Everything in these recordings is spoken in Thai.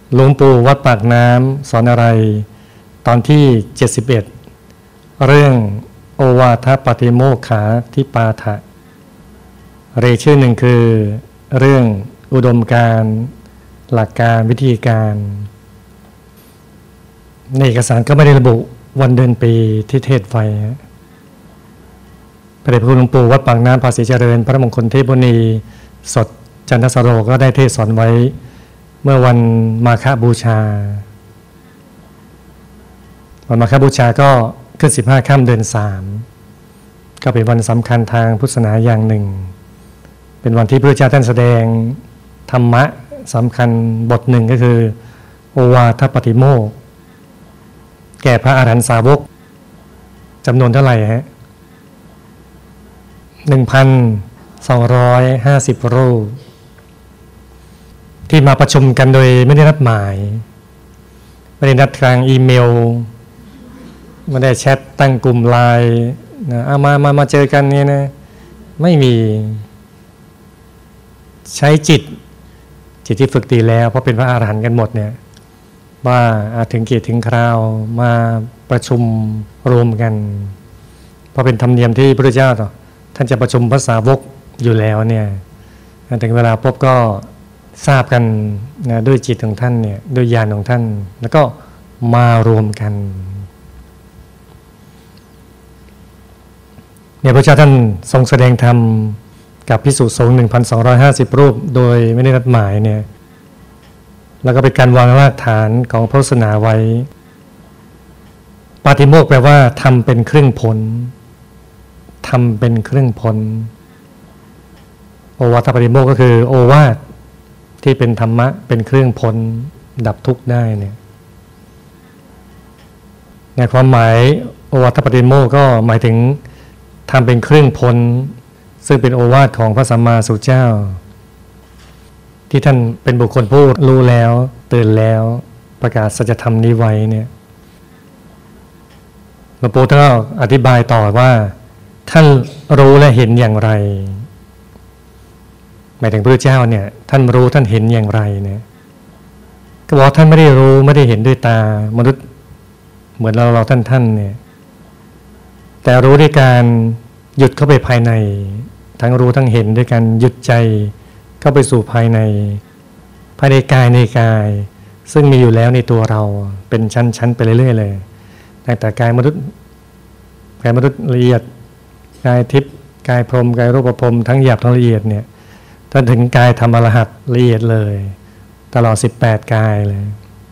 หลวงปู่วัดปากน้ำสอนอะไรตอนที่71เรื่องโอวาทปาติโมกขาทิปาทะเรชื่อหนึ่งคือเรื่องอุดมการณ์หลักการวิธีการในเอกสารก็ไม่ได้ระบุวันเดือนปีที่เทศไว้พระเดชพระคุณหลวงปู่วัดปากน้ำภาษีเจริญพระมงคลเทพมุนีสดจันทสโรก็ได้เทศสอนไว้เมื่อวันมาฆบูชาวันมาฆบูชาก็ขึ้น15ค่ำเดือน3ก็เป็นวันสำคัญทางพุทธศาสนาอย่างหนึ่งเป็นวันที่พระเจ้าท่านแสดงธรรมะสำคัญบทหนึ่งก็คือโอวาทปาติโมกข์แก่พระอรหันตสาวกจำนวนเท่าไหร่ฮะ 1,250 รูปที่มาประชุมกันโดยไม่ได้นัดหมายไม่ได้นัดทางอีเมลไม่ได้แชทตั้งกลุ่มไลน์นะเอามาเจอกันเนี่ยนะไม่มีใช้จิตที่ฝึกดีแล้วเพราะเป็นพระอรหันต์กันหมดเนี่ยว่าถึงเกียรติถึงคราวมาประชุมรวมกันเพราะเป็นธรรมเนียมที่พระพุทธเจ้าท่านจะประชุมพระสาวกอยู่แล้วเนี่ยถึงเวลาพบก็ทราบกันนะด้วยจิตของท่านเนี่ยด้วยญาณของท่านแล้วก็มารวมกันเนี่ยพระเจ้าท่านทรงแสดงธรรมกับภิกษุสงฆ์ 1,250 รูปโดยไม่ได้นัดหมายเนี่ยแล้วก็เป็นการวางรากฐานของพุทธศาสนาไว้ปาติโมกข์แปลว่าทำเป็นครึ่งผลทำเป็นครึ่งผลโอวาทปาติโมกข์ก็คือโอวาทที่เป็นธรรมะเป็นเครื่องพ้นดับทุกข์ได้เนี่ยในความหมายโอวาทปาติโมกข์ก็หมายถึงทำเป็นเครื่องพ้นซึ่งเป็นโอวาทของพระสัมมาสัมพุทธเจ้าที่ท่านเป็นบุคคลผู้รู้แล้วตื่นแล้วประกาศสัจธรรมนี้ไว้เนี่ยหลวงปู่ท่านก็อธิบายต่อว่าท่านรู้และเห็นอย่างไรหมายถึงพระเจ้าเนี่ยท่านรู้ท่านเห็นอย่างไรเนี่ยก็บอกท่านไม่ได้รู้ไม่ได้เห็นด้วยตามนุษย์เหมือนเราท่านเนี่ยแต่รู้ด้วยการหยุดเข้าไปภายในทั้งรู้ทั้งเห็นด้วยการหยุดใจเข้าไปสู่ภายในกายในกายซึ่งมีอยู่แล้วในตัวเราเป็นชั้นๆไปเรื่อยๆเลยตั้งแต่กายมนุษย์ละเอียดกายทิพย์กายพรหมกายรูปพรหมทั้งหยาบทั้งละเอียดเนี่ยจนถึงกายธรรมอรหัตละเอียดเลยตลอด18กายเลย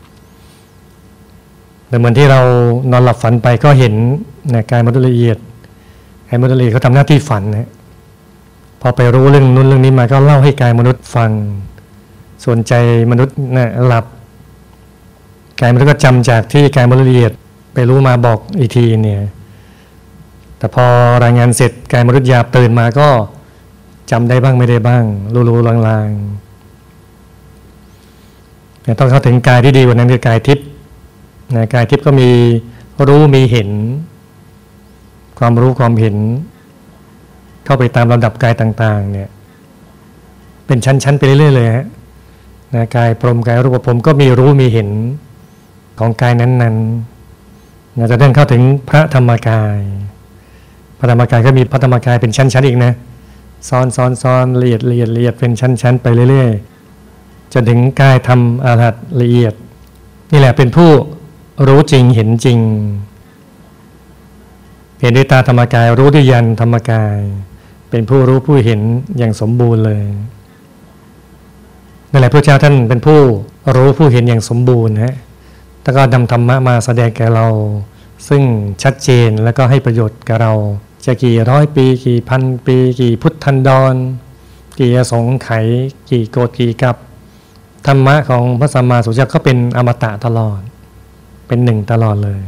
เหมือนที่เรานอนหลับฝันไปก็เห็นนะกายมนุษย์ละเอียดกายมนุษย์ละเอียดเขาทำหน้าที่ฝันนะพอไปรู้เรื่องนู้นเรื่องนี้มาก็เล่าให้กายมนุษย์ฟังส่วนใจมนุษย์นะหลับกายมนุษย์ก็จำจากที่กายมนุษย์ละเอียดไปรู้มาบอกอีกทีเนี่ยแต่พอรายงานเสร็จกายมนุษย์หยาบตื่นมาก็จำได้บ้างไม่ได้บ้างรู้ๆลางๆต้องเข้าถึงกายที่ดีกว่านั้นคือกายทิพย์นะกายทิพย์ก็มีรู้มีเห็นความรู้ความเห็นเข้าไปตามลำดับกายต่างๆเนี่ยเป็นชั้นๆไปเรื่อยๆเลยฮะนะกายพรหมกายรูปพรหมก็มีรู้มีเห็นของกายนั้นๆนะจะได้เข้าถึงพระธรรมกายพระธรรมกายก็มีพระธรรมกายเป็นชั้นๆอีกนะซ้อนละเอียดเป็นชั้นๆไปเรื่อยๆจนถึงกายธรรมอรหัตละเอียดนี่แหละเป็นผู้รู้จริงเห็นจริงเห็นด้วยตาธรรมกายรู้ด้วยญาณธรรมกายเป็นผู้รู้ผู้เห็นอย่างสมบูรณ์เลยนั่นแหละพระเจ้าท่านเป็นผู้รู้ผู้เห็นอย่างสมบูรณ์ฮะแล้วก็นำธรรมะมาแสดงแก่เราซึ่งชัดเจนแล้วก็ให้ประโยชน์กับเราจะกี่ร้อยปีกี่พันปีกี่พุทธันดรกี่อสงไขยกี่โกฏกี่กัปธรรมะของพระสัมมาสัมพุทธเจ้าก็เป็นอมตะตลอดเป็นหนึ่งตลอดเลย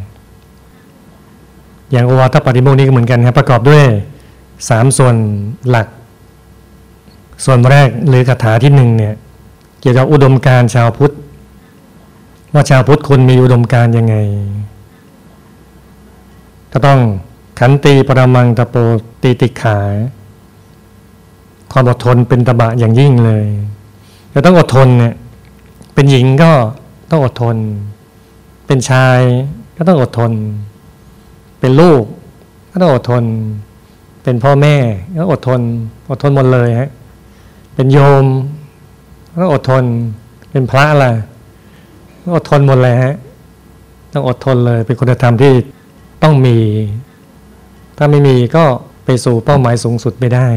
อย่างโอวาทปาติโมกข์นี้ก็เหมือนกันครับประกอบด้วย3ส่วนหลักส่วนแรกหรือคาถาที่1เนี่ยเกี่ยวกับอุดมการณ์ชาวพุทธว่าชาวพุทธคนมีอุดมการณ์ยังไงก็ต้องขันติปรมังตโปติติขาความอดทนเป็นตบะอย่างยิ่งเลยจะต้องอดทนเนี่ยเป็นหญิงก็ต้องอดทนเป็นชายก็ต้องอดทนเป็นลูกก็ต้องอดทนเป็นพ่อแม่ก็อดทนหมดเลยฮะเป็นโยมก็อดทนเป็นพระล่ะก็อดทนหมดเลยฮะต้องอดทนเลยเป็นคุณธรรมที่ต้องมีถ้าไม่มีก็ไปสู่เป้าหมายสูงสุดไม่ได้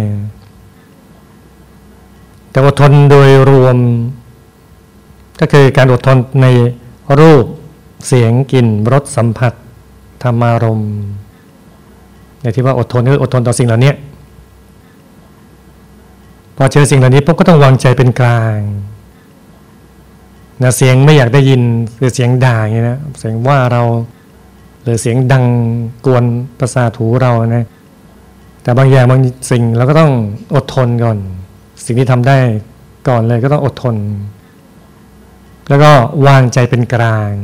แต่อดทนโดยรวมก็คือการอดทนในรูปเสียงกลิ่นรสสัมผัสธรรมารมณ์ในที่ว่าอดทนคืออดทนต่อสิ่งเหล่านี้พอเจอสิ่งเหล่านี้ปุ๊บก็ต้องวางใจเป็นกลางนะเสียงไม่อยากได้ยินคือเสียงด่าอย่างนี้นะเสียงว่าเราหรือเสียงดังกวนประสาทหูเรานะแต่บางอย่างบางสิ่งเราก็ต้องอดทนก่อนสิ่งที่ทำได้ก่อนเลยก็ต้องอดทนแล้วก็วางใจเป็นกลาง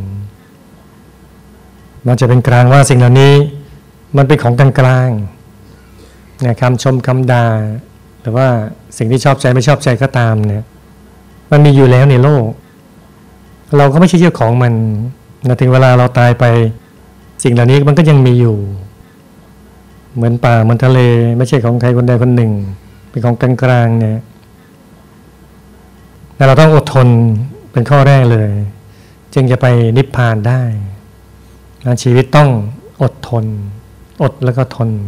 มันจะเป็นกลางว่าสิ่งเหล่านี้มันเป็นของกลางๆเนี่ยคำชมคำด่าหรือว่าสิ่งที่ชอบใจไม่ชอบใจก็ตามเนี่ยมันมีอยู่แล้วในโลกเราก็ไม่ใช่เจ้าของมันนะถึงเวลาเราตายไปสิ่งเหล่านี้มันก็ยังมีอยู่เหมือนป่าเหมือนทะเลไม่ใช่ของใครคนใดคนหนึ่งเป็นของกลางๆเนี่ยแต่เราต้องอดทนเป็นข้อแรกเลยจึงจะไปนิพพานได้ชีวิตต้องอดทนอดแล้วก็ทน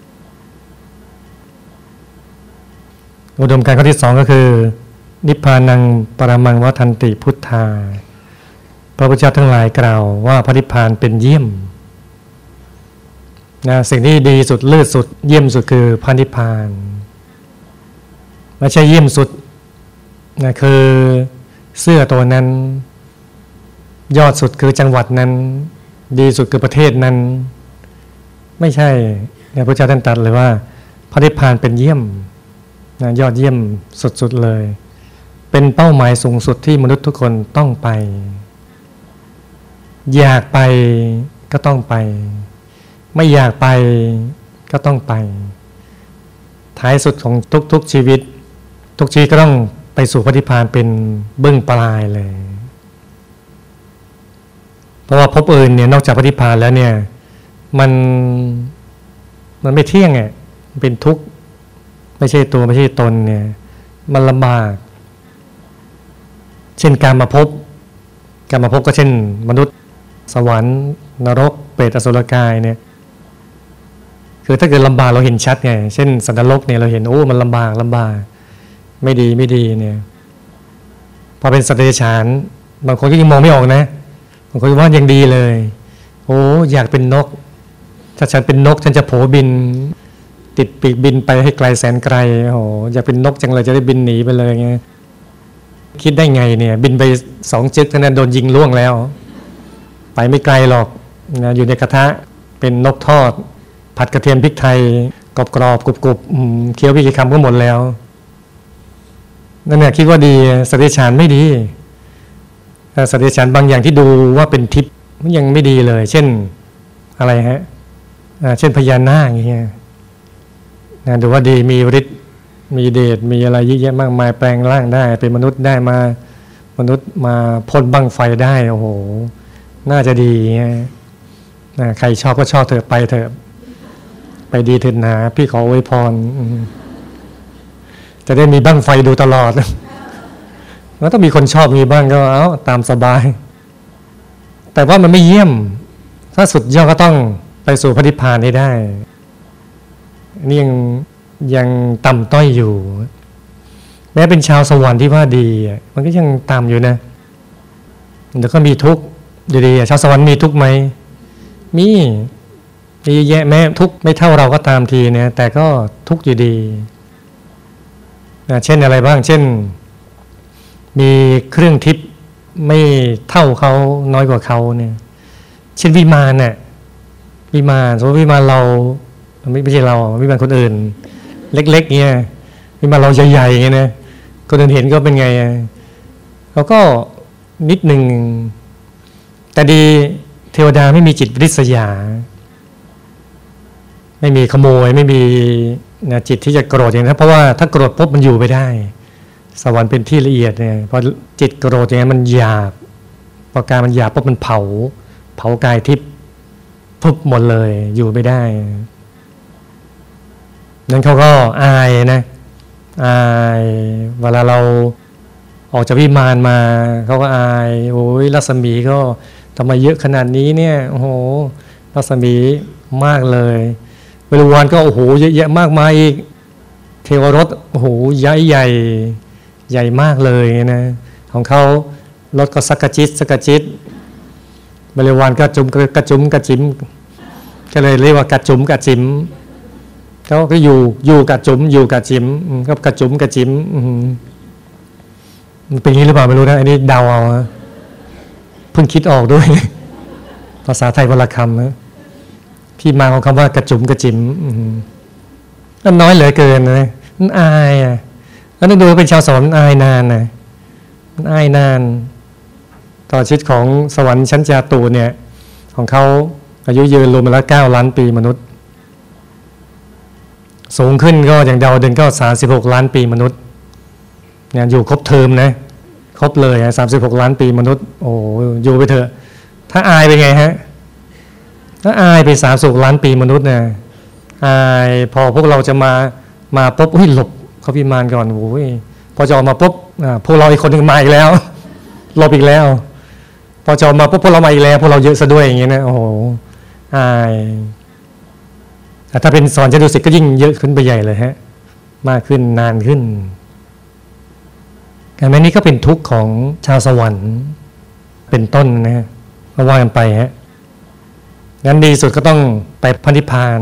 อุดมการณ์ข้อที่สองก็คือนิพพานังปรมังวัฏันติพุทธาพระพุทธเจ้าทั้งหลายกล่าวว่าพระนิพพานเป็นเยี่ยมนะสิ่งที่ดีสุดเลิศสุดเยี่ยมสุดคือพระนิพพานไม่ใช่เยี่ยมสุดนะคือเสื้อตัวนั้นยอดสุดคือจังหวัดนั้นดีสุดคือประเทศนั้นไม่ใช่เนี่ยพระเจ้าท่านตรัสเลยว่าพระนิพพานเป็นเยี่ยมนะยอดเยี่ยมสุดๆเลยเป็นเป้าหมายสูงสุดที่มนุษย์ทุกคนต้องไปอยากไปก็ต้องไปไม่อยากไปก็ต้องไปท้ายสุดของทุกชีวิตทุกชีวิตก็ต้องไปสู่พระนิพพานเป็นเบื้องปลายเลยเพราะว่าภพอื่นเนี่ยนอกจากพระนิพพานแล้วเนี่ยมันไม่เที่ยงอ่ะมันเป็นทุกข์ไม่ใช่ตัวไม่ใช่ตนเนี่ยมันลำบากเช่นการมาพบก็เช่นมนุษย์สวรรค์นรกเปรตอสุรกายเนี่ยคือถ้าเกิดลำบากเราเห็นชัดไงเช่นสัตว์นรกเนี่ยเราเห็นโอ้มันลำบากไม่ดีเนี่ยพอเป็นสัตว์เดรัจฉานบางคนก็ยังมองไม่ออกนะบางคนว่ายังดีเลยโอ้อยากเป็นนกถ้าฉันเป็นนกฉันจะโผบินติดปีกบินไปให้ไกลแสนไกลโอ้อยากเป็นนกจังเลยจะได้บินหนีไปเลยไงคิดได้ไงเนี่ยบินไป2 จึ๊กเท่านั้นโดนยิงล่วงแล้วไปไม่ไกลหรอกนะอยู่ในกระทะเป็นนกทอดผัดกระเทียมพริกไทยกรอบกรุบเคี้ยวพี่กี่คำก็หมดแล้วนั่นแหละคิดว่าดีสัตว์เดรัจฉานไม่ดีสัตว์เดรัจฉานบางอย่างที่ดูว่าเป็นทิพย์มันยังไม่ดีเลยเช่นอะไรฮะเช่นพญานาคอย่างเงี้ยดูว่าดีมีฤทธิ์มีเดชมีอะไรเยอะแยะมากมายแปลงร่างได้เป็นมนุษย์ได้มามนุษย์มาพ่นบั้งไฟได้โอ้โหน่าจะดีใครชอบก็ชอบเถอะไปเถอะไปดีเถิดนะพี่ขออวยพรจะได้มีบั้งไฟดูตลอดแล้วต้องมีคนชอบมีบ้างก็เอาตามสบายแต่ว่ามันไม่เยี่ยมถ้าสุดยอดก็ต้องไปสู่พระนิพพานให้ได้นี่ยังต่ำต้อยอยู่แม้เป็นชาวสวรรค์ที่ว่าดีมันก็ยังต่ำอยู่นะเดี๋ยวก็มีทุกข์ดีๆชาวสวรรค์มีทุกข์ไหมมีเยอะแยะแม้ทุกข์ไม่เท่าเราก็ตามทีเนี่ยแต่ก็ทุกข์อยู่ดีเช่นอะไรบ้างเช่นมีเครื่องทิพย์ไม่เท่าเขาน้อยกว่าเขาเนี่ยเช่นวิมานน่ะวิมานสมมติวิมานเราไม่ใช่เราวิมานคนอื่นเล็กๆเนี่ยวิมานเราใหญ่ๆเงี้ยนะคนอื่นเห็นก็เป็นไงเขาก็นิดหนึ่งแต่ดีเทวดาไม่มีจิตริษยาไม่มีขโมยไม่มีจิตที่จะโกรธอย่างนั้นเพราะว่าถ้าโกรธปุ๊บมันอยู่ไม่ได้สวรรค์เป็นที่ละเอียดเนี่ยพอจิตโกรธอย่างนั้นมันหยาบพอกายมันหยาบปุ๊บมันเผากายทิพย์ปุ๊บหมดเลยอยู่ไม่ได้นั้นเขาก็อายนะอายเวลาเราออกจากวิมานมาเขาก็อายโอ้ยรัศมีก็ทำไมเยอะขนาดนี้เนี่ยโอ้โหรัศมีมากเลยบริวารก็โอ้โหเยอะแยะมากมายอีกเทวรถโอ้โหใหญ่มากเลยนะของเขารถก็สักกะจิตบริวารก็กระจุมกระจิมก็เลยเรียกว่ากระจุมกระจิมเขาก็อยู่กระจุมอยู่กระจิมก็กระจุมกระจิมมันเป็นอย่างนี้หรือเปล่าไม่รู้นะอันนี้เดาเอาเพิ่งคิดออกด้วยภาษาไทยวรรณคำนะที่มาของคำว่ากระจุมกระจิมนั่นน้อยเหลือเกินนะนั่นอายแล้วนึกดูเป็นชาวสวรรค์อายนานนะมันอายนานต่อชีวิตของสวรรค์ชั้นจาตุเนี่ยของเขาอายุยืนรวมแล้ว9 ล้านปีมนุษย์สูงขึ้นก็อย่างดาวดึงก็36 ล้านปีมนุษย์เนี่ยอยู่ครบเทอมนะครบเลย36 ล้านปีมนุษย์โอ้อยู่ไปเถอะถ้าอายเป็นไงฮะถ้าอายไป36 ล้านปีมนุษย์เนี่ยอายพอพวกเราจะมาปุ๊บหลบเขาพิมานก่อนโอ้ยพอจะออกมาปุ๊บพวกเราอีกคนหนึ่งมาอีกแล้วหลบอีกแล้วพอจะออกมาปุ๊บพวกเรามาอีกแล้วพวกเราเยอะซะด้วยอย่างเงี้ยนะโอ้โหอายถ้าเป็นสอนจะดูสิก็ยิ่งเยอะขึ้นไปใหญ่เลยฮะมากขึ้นนานขึ้นแต่แม้นี้ก็เป็นทุกข์ของชาวสวรรค์เป็นต้นนะฮะก็ว่ากันไปฮะงั้นดีสุดก็ต้องไปพระนิพพาน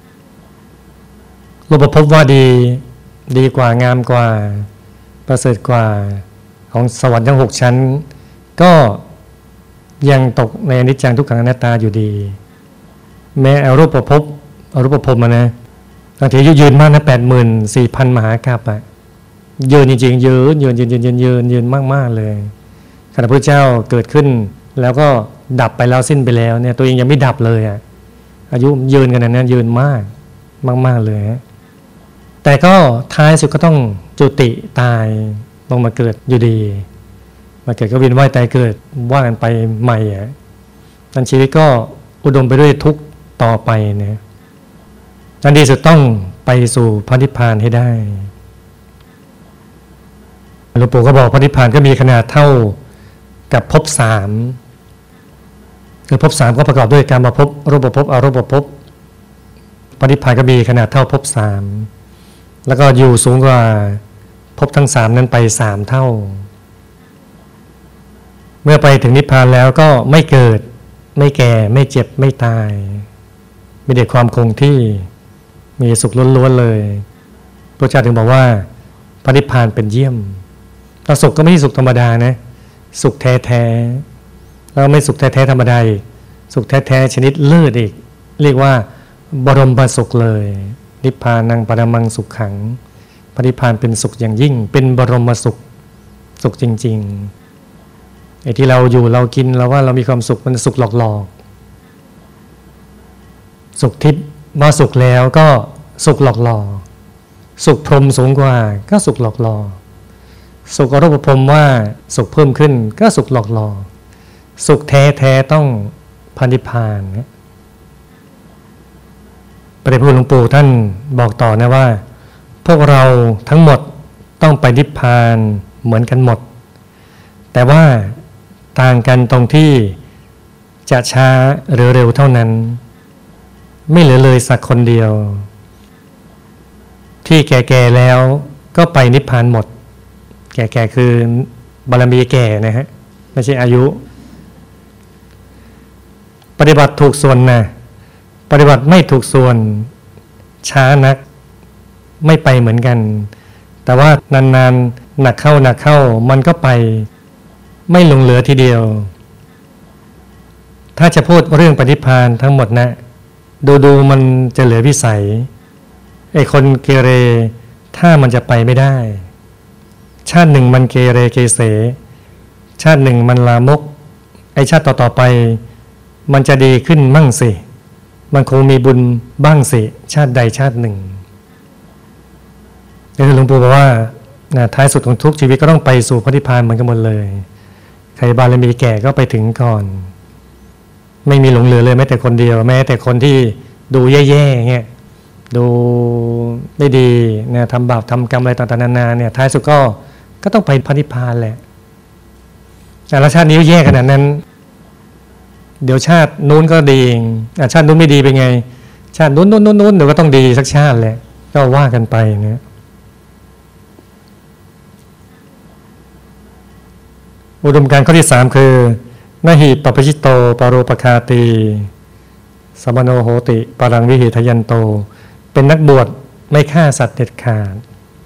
รูปภพว่าดีกว่างามกว่าประเสริฐกว่าของสวรรค์ทั้ง6 ชั้นก็ยังตกในอนิจจังทุกขังอนัตตาอยู่ดีแม้อรูปภพอรูปภพมานะบางทีอายุยืนมากนะ84,000 มหากาพย์ยืนจริงๆยืนมากๆเลยขณะพระเจ้าเกิดขึ้นแล้วก็ดับไปแล้วสิ้นไปแล้วเนี่ยตัวเองยังไม่ดับเลยอายุยืนกันนั้นยืนมากเลยแต่ก็ท้ายสุดก็ต้องจุติตายลงมาเกิดอยู่ดีมาเกิดก็เวียนว่ายตายเกิดว่ากันไปใหม่นั้นชีวิตก็อุดมไปด้วยทุกข์ต่อไปนะนั้นดีสุดต้องไปสู่พระนิพพานให้ได้หลวงปู่ก็บอกพระนิพพานก็มีขนาดเท่ากับภพ 3คือภพ 3ก็ประกอบด้วยกามภพรูปภพอรูปภพพระนิพพานก็มีขนาดเท่าภพ 3แล้วก็อยู่สูงกว่าภพทั้ง3นั้นไป3 เท่าเมื่อไปถึงนิพพานแล้วก็ไม่เกิดไม่แก่ไม่เจ็บไม่ตายมีแต่ความคงที่มีสุขล้วนๆเลยพระเจ้าถึงบอกว่าพระนิพพานเป็นเยี่ยมแต่สุขก็ไม่ใช่สุขธรรมดานะสุขแท้ๆแล้วไม่สุขแท้ๆธรรมดาอีกสุขแท้ๆชนิดเลิศอีกเรียกว่าบรมสุขเลยนิพพานังปรมังสุขขังพระนิพพานเป็นสุขอย่างยิ่งเป็นบรมสุขจริงๆไอ้ที่เราอยู่เรากินเราว่าเรามีความสุขมันสุขหลอกๆสุขทิพย์มาสุขแล้วก็สุขหลอกๆสุขพรหมสูงกว่าก็สุขหลอกๆสุขอรูปพรหมว่าสุขเพิ่มขึ้นก็สุขหลอกๆสุขแท้ๆต้องพระนิพพานนะพระเดชพระคุณหลวงปู่ท่านบอกต่อนะว่าพวกเราทั้งหมดต้องไปนิพพานเหมือนกันหมดแต่ว่าต่างกันตรงที่จะช้าหรือเร็วเท่านั้นไม่เหลือเลยสักคนเดียวที่แก่ๆแล้วก็ไปนิพพานหมดแก่ๆคือบารมีแก่นะฮะไม่ใช่อายุปฏิบัติถูกส่วนนะปฏิบัติไม่ถูกส่วนช้านักไม่ไปเหมือนกันแต่ว่านานๆหนักเข้ามันก็ไปไม่ลงเหลือทีเดียวถ้าจะพูดเรื่องปฏิภาณทั้งหมดนะดูมันจะเหลือวิสัยไอ้คนเกเรถ้ามันจะไปไม่ได้ชาติหนึ่งมันเกเรเกเสชาติหนึ่งมันลามกไอ้ชาติต่อไปมันจะดีขึ้นมั่งสิมันคงมีบุญบ้างสิชาติใดชาติหนึ่งนี่คือหลวงปู่บอกว่าท้ายสุดของทุกชีวิตก็ต้องไปสู่พระนิพพานเหมือนกันหมดเลยขรบารมีแก่ก็ไปถึงก่อนไม่มีหลงเหลือเลยแม้แต่คนเดียวแม้แต่คนที่ดูแย่ๆเงี้ยดูไม่ดีเนี่ยทำบาปทำกรรมอะไรต่างๆนานาเนี่ยท้ายสุดก็ต้องไปพระนิพพานแหละแต่ละชาตินี้แย่ขนาดนั้นเดี๋ยวชาตินู้นก็ดีชาตินู้นไม่ดีเป็นไงชาตินู้นเดี๋ยวก็ต้องดีสักชาติแหละก็ว่ากันไปเนี่ยอุดมการณ์ข้อที่3คือนหิปปชิโตปโรปคาตีสมโนโหติปรังวิหิทยันโตเป็นนักบวชไม่ฆ่าสัตว์เด็ดขาด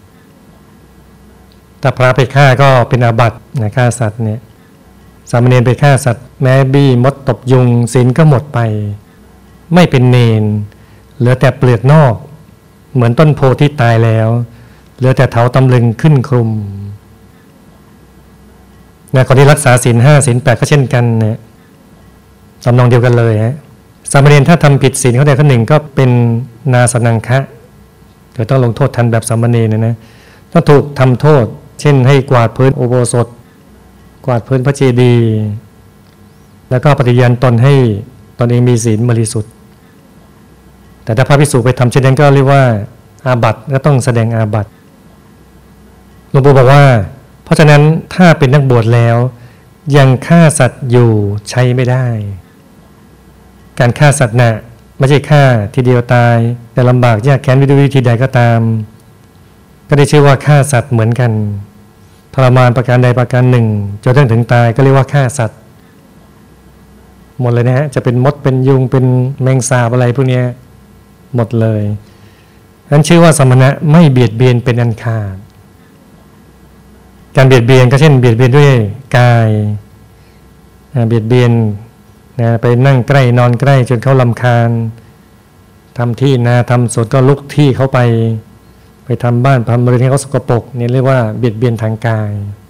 ถ้าพระไปฆ่าก็เป็นอาบัตินะฆ่าสัตว์เนี่ยสามเณรไปฆ่าสัตว์แม้บี้มดตบยุงศีลก็หมดไปไม่เป็นเนรเหลือแต่เปลือกนอกเหมือนต้นโพที่ตายแล้วเหลือแต่เถาตำลึงขึ้นคลุมนะคนที่รักษาศีล 5 ศีล 8ก็เช่นกันนะทำนองเดียวกันเลยฮะสามเณรถ้าทำผิดศีลข้อใดข้อหนึ่งก็เป็นนาสนังคะเดี๋ยวต้องลงโทษทันแบบสามเณรนะต้องถูกทำโทษเช่นให้กวาดพื้นอุโบสถกวาดพื้นพระเจดีย์แล้วก็ปฏิญาณตนให้ตนเองมีศีลบริสุทธิ์แต่ถ้าพระภิกษุไปทำเช่นนั้นก็เรียกว่าอาบัติก็ต้องแสดงอาบัติหลวงปู่บอกว่าเพราะฉะนั้นถ้าเป็นนักบวชแล้วยังฆ่าสัตว์อยู่ใช้ไม่ได้การฆ่าสัตว์น่ะไม่ใช่ฆ่าทีเดียวตายแต่ลำบากยากแค้นด้วยวิธีใดก็ตามก็ได้ชื่อว่าฆ่าสัตว์เหมือนกันทรมานประการใดประการหนึ่งจนถึงตายก็เรียกว่าฆ่าสัตว์หมดเลยนะฮะจะเป็นมดเป็นยุงเป็นแมงสาบอะไรพวกนี้หมดเลยนั้นชื่อว่าสมณะไม่เบียดเบียนเป็นอันขาดการเบียดเบียนก็เช่นเบียดเบียนด้วยกายเบียดเบียนนะไปนั่งใกล้นอนใกล้จนเขารำคาญทำที่นาทำสวนก็ลุกที่เขาไปทำบ้านทำบริเวณให้เขาสกปรกนี่เรียกว่าเบียดเบียนทางกาย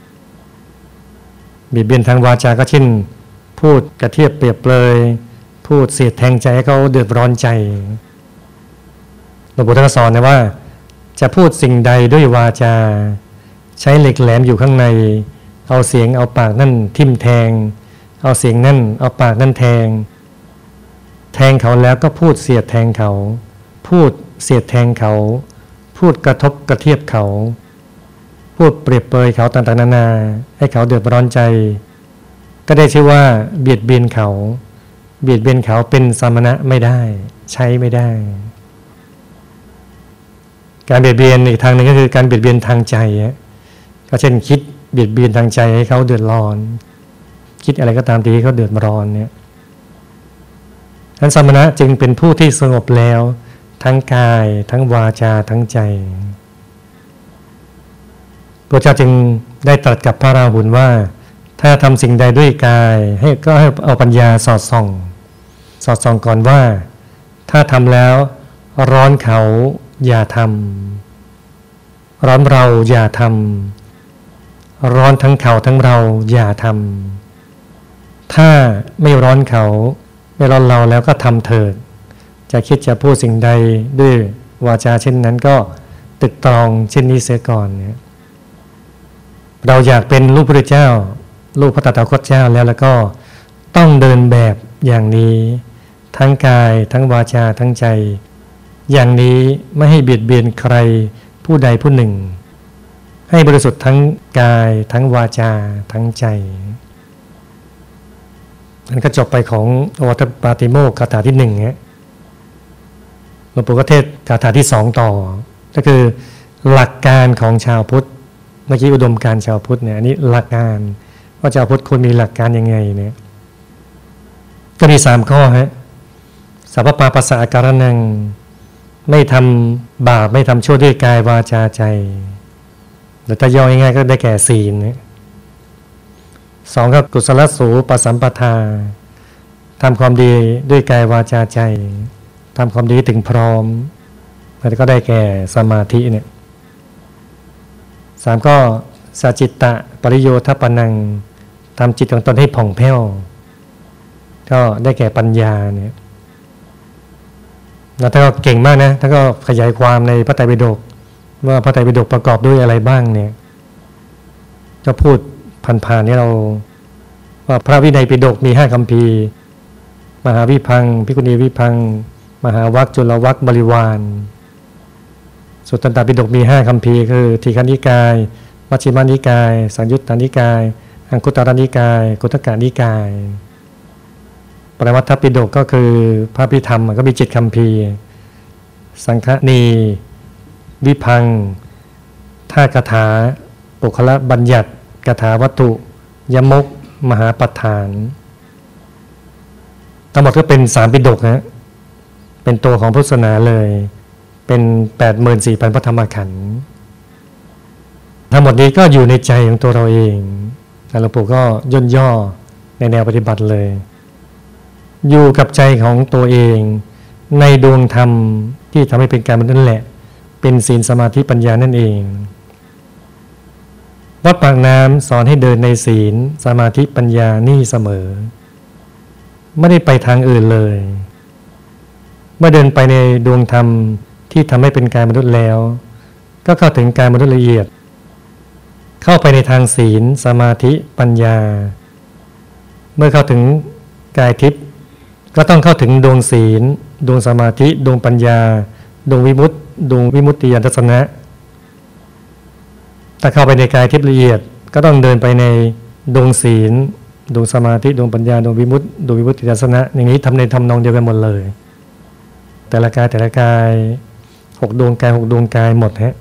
เบียดเบียนทางวาจาก็เช่นพูดกระเทียบเปรียบเปรยพูดเสียดแทงใจให้เขาเดือดร้อนใจหลวงปู่ท่านสอนนะว่าจะพูดสิ่งใดด้วยวาจาใช้เหล็กแหลมอยู่ข้างในเอาเสียงเอาปากนั่นทิ่มแทงเอาเสียงนั่นเอาปากนั่นแทงเขาแล้วก็พูดเสียดแทงเขาพูดเสียดแทงเขาพูดกระทบกระเทียบเขาพูดเปรียบเปรยเขาต่างๆนานาให้เขาเดือดร้อนใจก็ได้ชื่อว่าเบียดเบียนเขาเบียดเบียนเขาเป็นสมณะไม่ได้ใช้ไม่ได้การเบียดเบียนอีกทางหนึ่งก็คือการเบียดเบียนทางใจก็เช่นคิดเบียดเบียนทางใจให้เขาเดือดร้อนคิดอะไรก็ตามที่ให้เขาเดือดร้อนเนี่ยนั้นสมณะจึงเป็นผู้ที่สงบแล้วทั้งกายทั้งวาจาทั้งใจพระเจ้าจึงได้ตรัสกับพระราหุลว่าถ้าทำสิ่งใดด้วยกายให้เอาปัญญาสอดส่องก่อนว่าถ้าทำแล้วร้อนเขาอย่าทำร้อนเราอย่าทำร้อนทั้งเขาทั้งเราอย่าทำถ้าไม่ร้อนเขาไม่ร้อนเราแล้วก็ทำเถิดจะคิดจะพูดสิ่งใดด้วยวาจาเช่นนั้นก็ตึกตรองเช่นนี้เสียก่อนเนี่ยเราอยากเป็นลูกพระเจ้าลูกพระตถาคตเจ้าแล้วก็ต้องเดินแบบอย่างนี้ทั้งกายทั้งวาจาทั้งใจอย่างนี้ไม่ให้เบียดเบียนใครผู้ใดผู้หนึ่งให้บริสุทธิ์ทั้งกายทั้งวาจาทั้งใจนั่นก็จบไปของวัตถปาติโมกข์คาถาที่1เนี่ยหลวงปู่ก็เทศคาถาที่2ต่อก็คือหลักการของชาวพุทธเมื่อกี้อุดมการชาวพุทธเนี่ยอันนี้หลักการว่าชาวพุทธควรมีหลักการยังไงเนี่ยก็มี3ข้อฮะสัพพปาปัสสะอาการนังไม่ทำบาปไม่ทำชั่วด้วยกายวาจาใจหรือถ้าย่อง่ายๆก็ได้แก่ศีลเนี่ย2ก็กุศลสูปสัมปทาทำความดีด้วยกายวาจาใจทำความดีถึงพร้อมแล้วก็ได้แก่สมาธิเนี่ย3ก็สัจจิตตะปริโยทัปปนังทำจิตของตนให้ผ่องแผ้วก็ได้แก่ปัญญาเนี่ยแล้วท่านก็เก่งมากนะท่านก็ขยายความในพระไตรปิฎกว่าพระไตรปิฎกประกอบด้วยอะไรบ้างเนี่ยก็พูดผ่านๆนี่เราว่าพระวินัยปิฎกมี5คัมภีร์มหาวิพังค์ภิกขุณีวิพังค์มหาวรรคจุลวรรคบริวารสุตตันตปิฎกมี5คัมภีร์คือทีฆนิกายมัชฌิมานิกายสังยุตตนิกายอังคุตตรนิกายกุฏฐกนิกายปรมัตถปิฎกก็คือพระพิธรรมก็มี7คัมภีร์สังฆนีวิพังค์ท่ากถาปุคละบัญญัติกถาวัตถุยมกมหาปัฏฐานทั้งหมดก็เป็น3ปิฎกนะเป็นตัวของพุทธศาสนาเลยเป็น 84,000 พระธรรมขันธ์ทั้งหมดนี้ก็อยู่ในใจของตัวเราเองหลวงปู่ก็ย่นย่อในแนวปฏิบัติเลยอยู่กับใจของตัวเองในดวงธรรมที่ทำให้เป็นการนั่นแหละเป็นศีลสมาธิปัญญานั่นเองวัดปากน้ำสอนให้เดินในศีลสมาธิปัญญานี่เสมอไม่ได้ไปทางอื่นเลยเมื่อเดินไปในดวงธรรมที่ทำให้เป็นกายมนุษย์แล้วก็เข้าถึงกายมนุษย์ละเอียดเข้าไปในทางศีลสมาธิปัญญาเมื่อเข้าถึงกายทิพย์ก็ต้องเข้าถึงดวงศีลดวงสมาธิดวงปัญญาดวงวิมุตติดวงวิมุตติญาณทัศนะถ้าเข้าไปในกายทิพย์ละเอียดก็ต้องเดินไปในดวงศีลดวงสมาธิดวงปัญญาดวงวิมุตติดวงวิมุตติญาณทัศนะอย่างนี้ทำในทำนองเดียวกันหมดเลยแต่ละกาย6ดวงกาย6ดวงกายหมดฮะ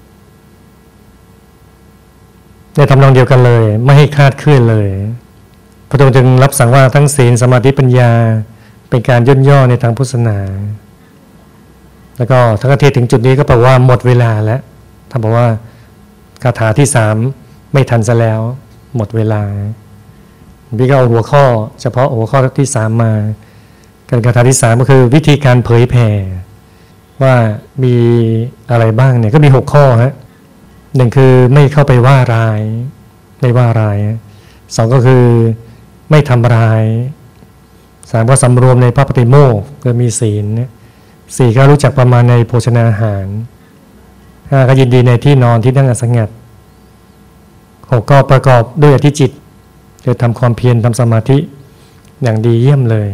ในทำนองเดียวกันเลยไม่ให้คลาดเคลื่อนเลยพระองค์จึงรับสั่งว่าทั้งศีลสมาธิปัญญาเป็นการย่นย่อในทางพุทธศาสนาแล้วก็ทั้งประเทศถึงจุดนี้ก็แปลว่าหมดเวลาแล้วท่านบอกว่าคาถาที่3ไม่ทันซะแล้วหมดเวลาพี่ก็เอาหัวข้อเฉพาะหัวข้อที่3มาการคาถาที่3ก็คือวิธีการเผยแผ่ว่ามีอะไรบ้างเนี่ยก็มี6ข้อฮะ1คือไม่เข้าไปว่าร้ายไม่ว่าร้าย2ก็คือไม่ทำร้าย3ก็สำรวมในพระปฏิโมกข์ก็มีศีล4ก็รู้จักประมาณในโภชนาอาหาร5ก็ยินดีในที่นอนที่นั่งสงัด6ก็ประกอบด้วยอธิจิตคือทำความเพียรทำสมาธิอย่างดีเยี่ยมเลย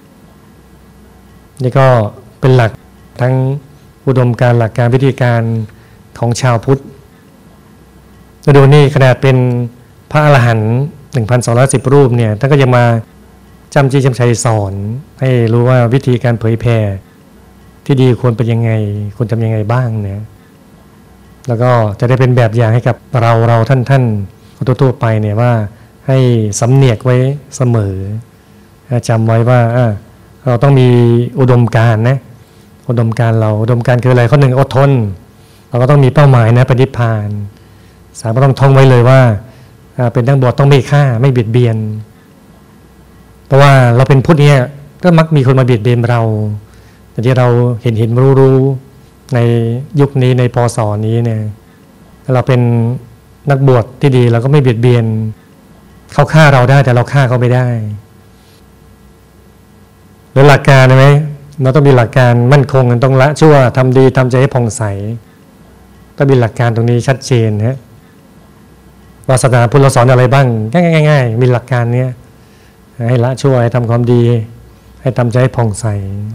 นี่ก็เป็นหลักทั้งอุดมการณ์หลักการวิธีการของชาวพุทธแล้วดูนี่ขนาดเป็นพระอรหันต์ 1,210 รูปเนี่ยท่านก็ยังมาจำจี้จำชัยสอนให้รู้ว่าวิธีการเผยแผ่ที่ดีควรเป็นยังไงควรทำยังไงบ้างเนี่ยแล้วก็จะได้เป็นแบบอย่างให้กับเราท่านทั่วไปเนี่ยว่าให้สำเนียกไว้เสมอจำไว้ว่าเราต้องมีอุดมการณ์นะอุดมการณ์เราอุดมการณ์คืออะไรข้อ1อดทนเราก็ต้องมีเป้าหมายนะปฏิภาณ3ก็ต้องท่องไว้เลยว่าเป็นนักบวชต้องไม่ฆ่าไม่เบียดเบียนเพราะว่าเราเป็นพุทธเนี่ยก็มักมีคนมาเบียดเบียนเราแต่ที่เราเห็นรู้ในยุคนี้ในพ.ศ.นี้เนี่ยเราเป็นนักบวชที่ดีเราก็ไม่เบียดเบียนเขาฆ่าเราได้แต่เราฆ่าเขาไม่ได้หรือหลักการไหมเราต้องมีหลักการมั่นคงต้องละชั่วทำดีทำใจให้ผ่องใสต้องมีหลักการตรงนี้ชัดเจนนะศาสนาพุทธเราสอนอะไรบ้างง่ายๆมีหลักการนี้ให้ละชั่วให้ทำความดีให้ทำใจให้ผ่องใส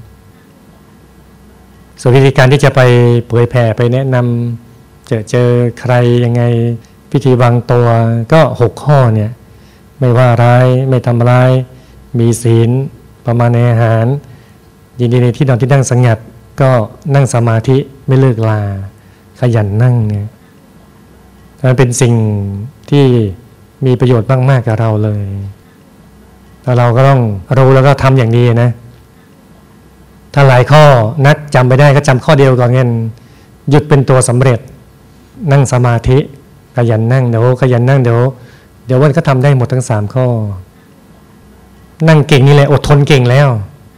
ส่วนวิธีการที่จะไปเผยแผ่ไปแนะนำเจอใครยังไงพิธีวางตัวก็6ข้อเนี่ยไม่ว่าร้ายไม่ทำร้ายมีศีลประมาณในอาหารยินดีในที่นอนที่นั่งสงัดก็นั่งสมาธิไม่เลิกลาขยันนั่งเนี่ยมันเป็นสิ่งที่มีประโยชน์มากๆกับเราเลยแล้วเราก็ต้องรู้แล้วก็ทำอย่างนี้นะถ้าหลายข้อนักจำไปได้ก็จำข้อเดียวก่อนเงินหยุดเป็นตัวสำเร็จนั่งสมาธิขยันนั่งเดี๋ยวขยันนั่งเดี๋ยววันก็ทำได้หมดทั้ง3ข้อนั่งเก่งนี่แหละอดทนเก่งแล้ว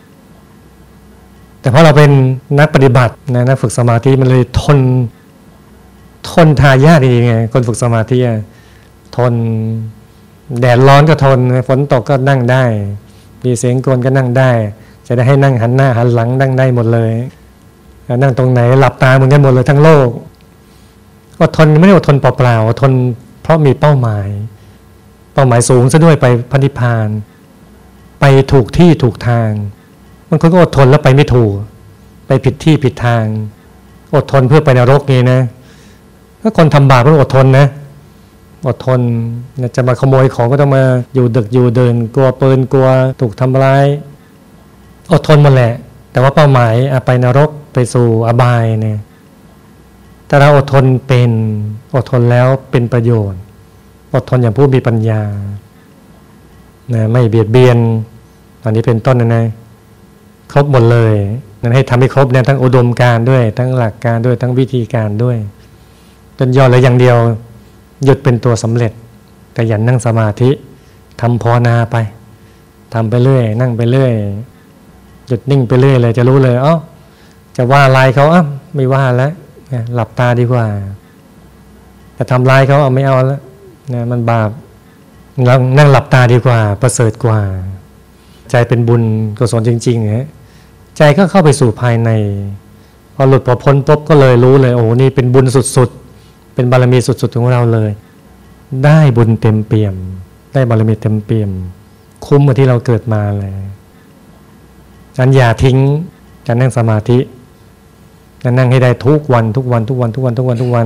แต่เพราะเราเป็นนักปฏิบัตินะนักฝึกสมาธิมันเลยทนทายากดีไงคนฝึกสมาธิทนแดดร้อนก็ทนฝนตกก็นั่งได้มีเสียงกลก็นั่งได้จะได้ให้นั่งหันหน้าหันหลังนั่งได้หมดเลยนั่งตรงไหนหลับตาเหมือนกันหมดเลยทั้งโลกอดทนไม่ได้อดทนเปล่าๆอดทนเพราะมีเป้าหมายป้าหมายสูงซะด้วยไปพระนิพพานไปถูกที่ถูกทางบางคนก็อดทนแล้วไปไม่ถูกไปผิดที่ผิดทางอดทนเพื่อไปนรกนี่นะถ้าคนทำบาปต้องอดทนนะอดทนจะมาขโมยของก็ต้องมาอยู่ดึกอยู่เดินกลัวปืนกลัวถูกทำร้ายอดทนหมดแหละแต่ว่าเป้าหมายไปนรกไปสู่อบายเนี่ยแต่เราอดทนเป็นอดทนแล้วเป็นประโยชน์อดทนอย่างผู้มีปัญญานะไม่เบียดเบียนตอนนี้เป็นต้นนะครบหมดเลยนั้นให้ทำให้ครบเนี่ยทั้งอุดมการณ์ด้วยทั้งหลักการด้วยทั้งวิธีการด้วยจนย่อเหลืออย่างเดียวหยุดเป็นตัวสำเร็จแต่อย่านั่งสมาธิทำภาวนาไปทำไปเรื่อยนั่งไปเรื่อยหยุดนิ่งไปเรื่อยเลยจะรู้เลยจะว่าลายเขาไม่ว่าแล้วหลับตาดีกว่าแต่ทำลายเขาไม่เอาแล้วนะมันบาปนั่งหลับตาดีกว่าประเสริฐกว่าใจเป็นบุญกุศลจริงๆฮะใจก็เข้าไปสู่ภายในพอหลุดพอพ้นปุ๊บก็เลยรู้เลยโอ้นี่เป็นบุญสุดๆเป็นบารมีสุดๆของเราเลยได้บุญเต็มเปี่ยมได้บารมีเต็มเปี่ยมคุ้มกว่าที่เราเกิดมาเลยฉันอย่าทิ้งการนั่งสมาธินั่งให้ได้ทุกวันทุกวันทุกวันทุกวันทุกวันทุกวัน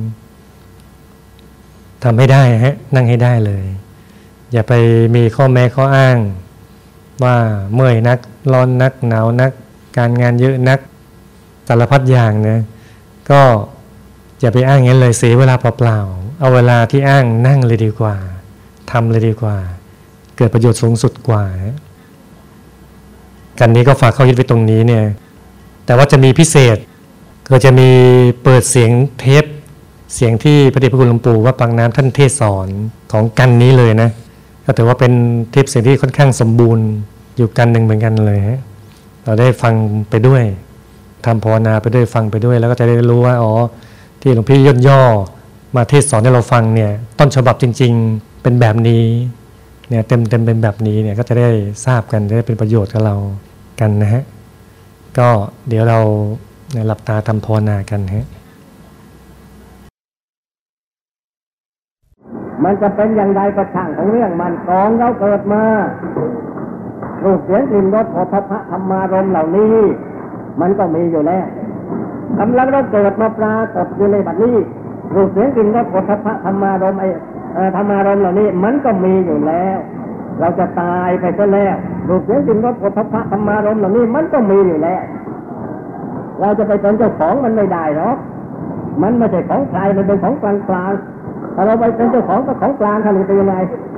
ทำให้ได้ฮะนั่งให้ได้เลยอย่าไปมีข้อแม้ข้ออ้างว่าเมื่อยนักร้อนนักหนาวนักการงานเยอะนักสารพัดอย่างนะก็อย่าไปอ้างงั้นเลยเสียเวลาเปล่าๆเอาเวลาที่อ้างนั่งเลยดีกว่าทำเลยดีกว่าเกิดประโยชน์สูงสุดกว่ากันนี้ก็ฝากเข้ายึดไปตรงนี้เนี่ยแต่ว่าจะมีพิเศษก็จะมีเปิดเสียงเทปเสียงที่พระเดชพระคุณหลวงปู่วัดปากน้ำท่านเทศสอนของกันนี้เลยนะก็ถือว่าเป็นเทปเสียงที่ค่อนข้างสมบูรณ์อยู่กันหนึ่งเหมือนกันเลยฮะเราได้ฟังไปด้วยทำภาวนาไปด้วยฟังไปด้วยแล้วก็จะได้รู้ว่าที่หลวงพี่ย่นย่อมาเทศสอนให้เราฟังเนี่ยต้นฉบับจริงๆเป็นแบบนี้เนี่ยเต็มเป็นแบบนี้เนี่ยก็จะได้ทราบกันจะได้เป็นประโยชน์กับเรากันนะฮะก็เดี๋ยวเราหลับตาทำภาวนากันฮะมันจะเป็นอย่างไรก็ช่างของเรื่องมันกองเราเกิดมารูปเสียงกลิ่นรสโผฏฐัพพะธรรมารมณ์เหล่านี้มันก็มีอยู่แล้วกำลังเราเกิดมาปรากฏอยู่ในบัดนี้รูปเสียงกลิ่นรสโผฏฐัพพะธรรมารมณ์ธรรมารมณ์เหล่านี้มันก็มีอยู่แล้วเราจะตายไปซะแล้วรูปเสียงกลิ่นรสโผฏฐัพพะธรรมารมณ์เหล่านี้มันก็มีอยู่แล้วเราจะไปเป็นเจ้าของมันไม่ได้หรอกมันไม่ใช่ของใครมันเป็นของกลางๆถ้าเราไปเป็นเจ้าของก็ของกลางค่ะนี่เป็นยังไง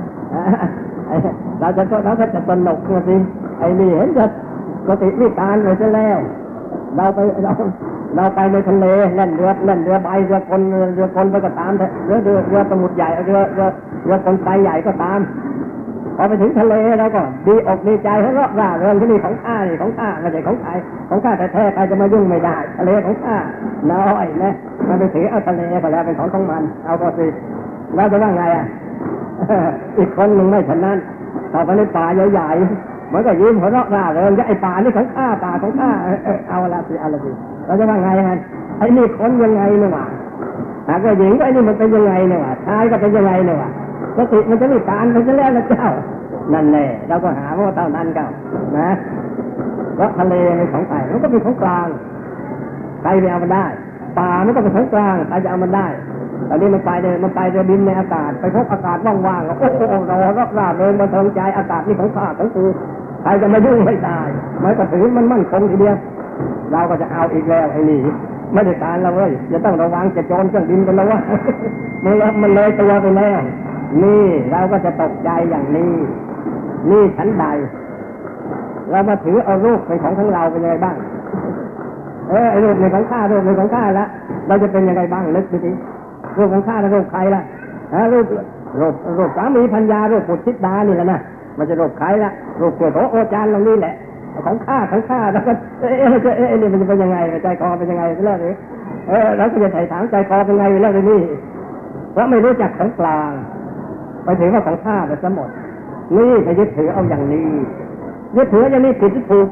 เราก็จะสนุกสิไอ้นี่เห็นจะกติวิการเลยซะแล้วเราไปในทะเลเล่นเรือใบเรือคนไปก็ตามเรือสมุทรใหญ่เรือคนไซใหญ่ก็ตามพอไปถึงทะเลแล้วก็ดีอกดีใจเพราะว่าเรื่องที่นี่ของข้านี่ของข้าไม่ใช่ของใครของข้าแท้ๆใครจะมายุ่งไม่ได้ทะเลของข้าน้อยนะมันไปถือเอาทะเลไปแล้วเป็นของมันเอาก็สิแล้วจะว่าไงอีกคนหนึ่งไม่ฉะนั้นต่อไปในป่าใหญ่ๆมันก็ยิ้มหัวเราะร่าเริงไอ้ป่านี่ของข้าป่าของข้าเอาละสิเราจะว่าไงฮะไอ้นี่คนยังไงเนี่ยว่ะหากว่าหญิงก็ไอ้นี่มันเป็นยังไงเนี่ยว่ะชายก็เป็นยังไงเนี่ยว่ะสติมันจะไม่ตานมันจะแล้วนะเจ้านั่นแหละเราก็หาว่าเท่านั้นก็นะเพราะทะเลเป็นของใครมันก็เป็นของกลางใครไปเอามันได้ป่ามันก็เป็นของกลางใครจะเอามันได้ตอนนี้มันไปจะบินในอากาศไปพบอากาศว่างๆโอ้โหเรารักษาเดินมาเทิงใจอากาศนี่ของข้าของกูใครจะมายุ่งไม่ได้มันก็ถือมันมั่นคงทีเดียวเราก็จะเอาอีกแล้วไอ้นี่ไม่ได้การเราเลยจะต้องระวังจะโจรเครื่องบินกันแล้วว่ามันเลยตัวไปแล้วนี่เราก็จะตกใจอย่างนี้นี่ชั้นใดเรามาถือเอารูปเป็นของเราเป็นยังไงบ้างไอ้รูปในของข้ารูปในของข้าละเราจะเป็นยังไงบ้างนึกดูดิรูปของข้าและรูปใครล่ะรูปสามีภรรยารูปปุถิตานี่แหละนะมันจะรูปใครล่ะรูปเกิดโอจารย์เหล่านี้แหละของข้าแล้วก็นี่มันจะเป็นยังไงใจคอเป็นยังไงเรื่องนี้เราก็จะถามใจคอเป็นไงเรื่องนี้เพราะไม่รู้จักของกลางไปถือว่าของข้าไปซะหมดนี่ไปยึดถือเอาอย่างนี้ยึดถืออย่างนี้ผิดที่ถูก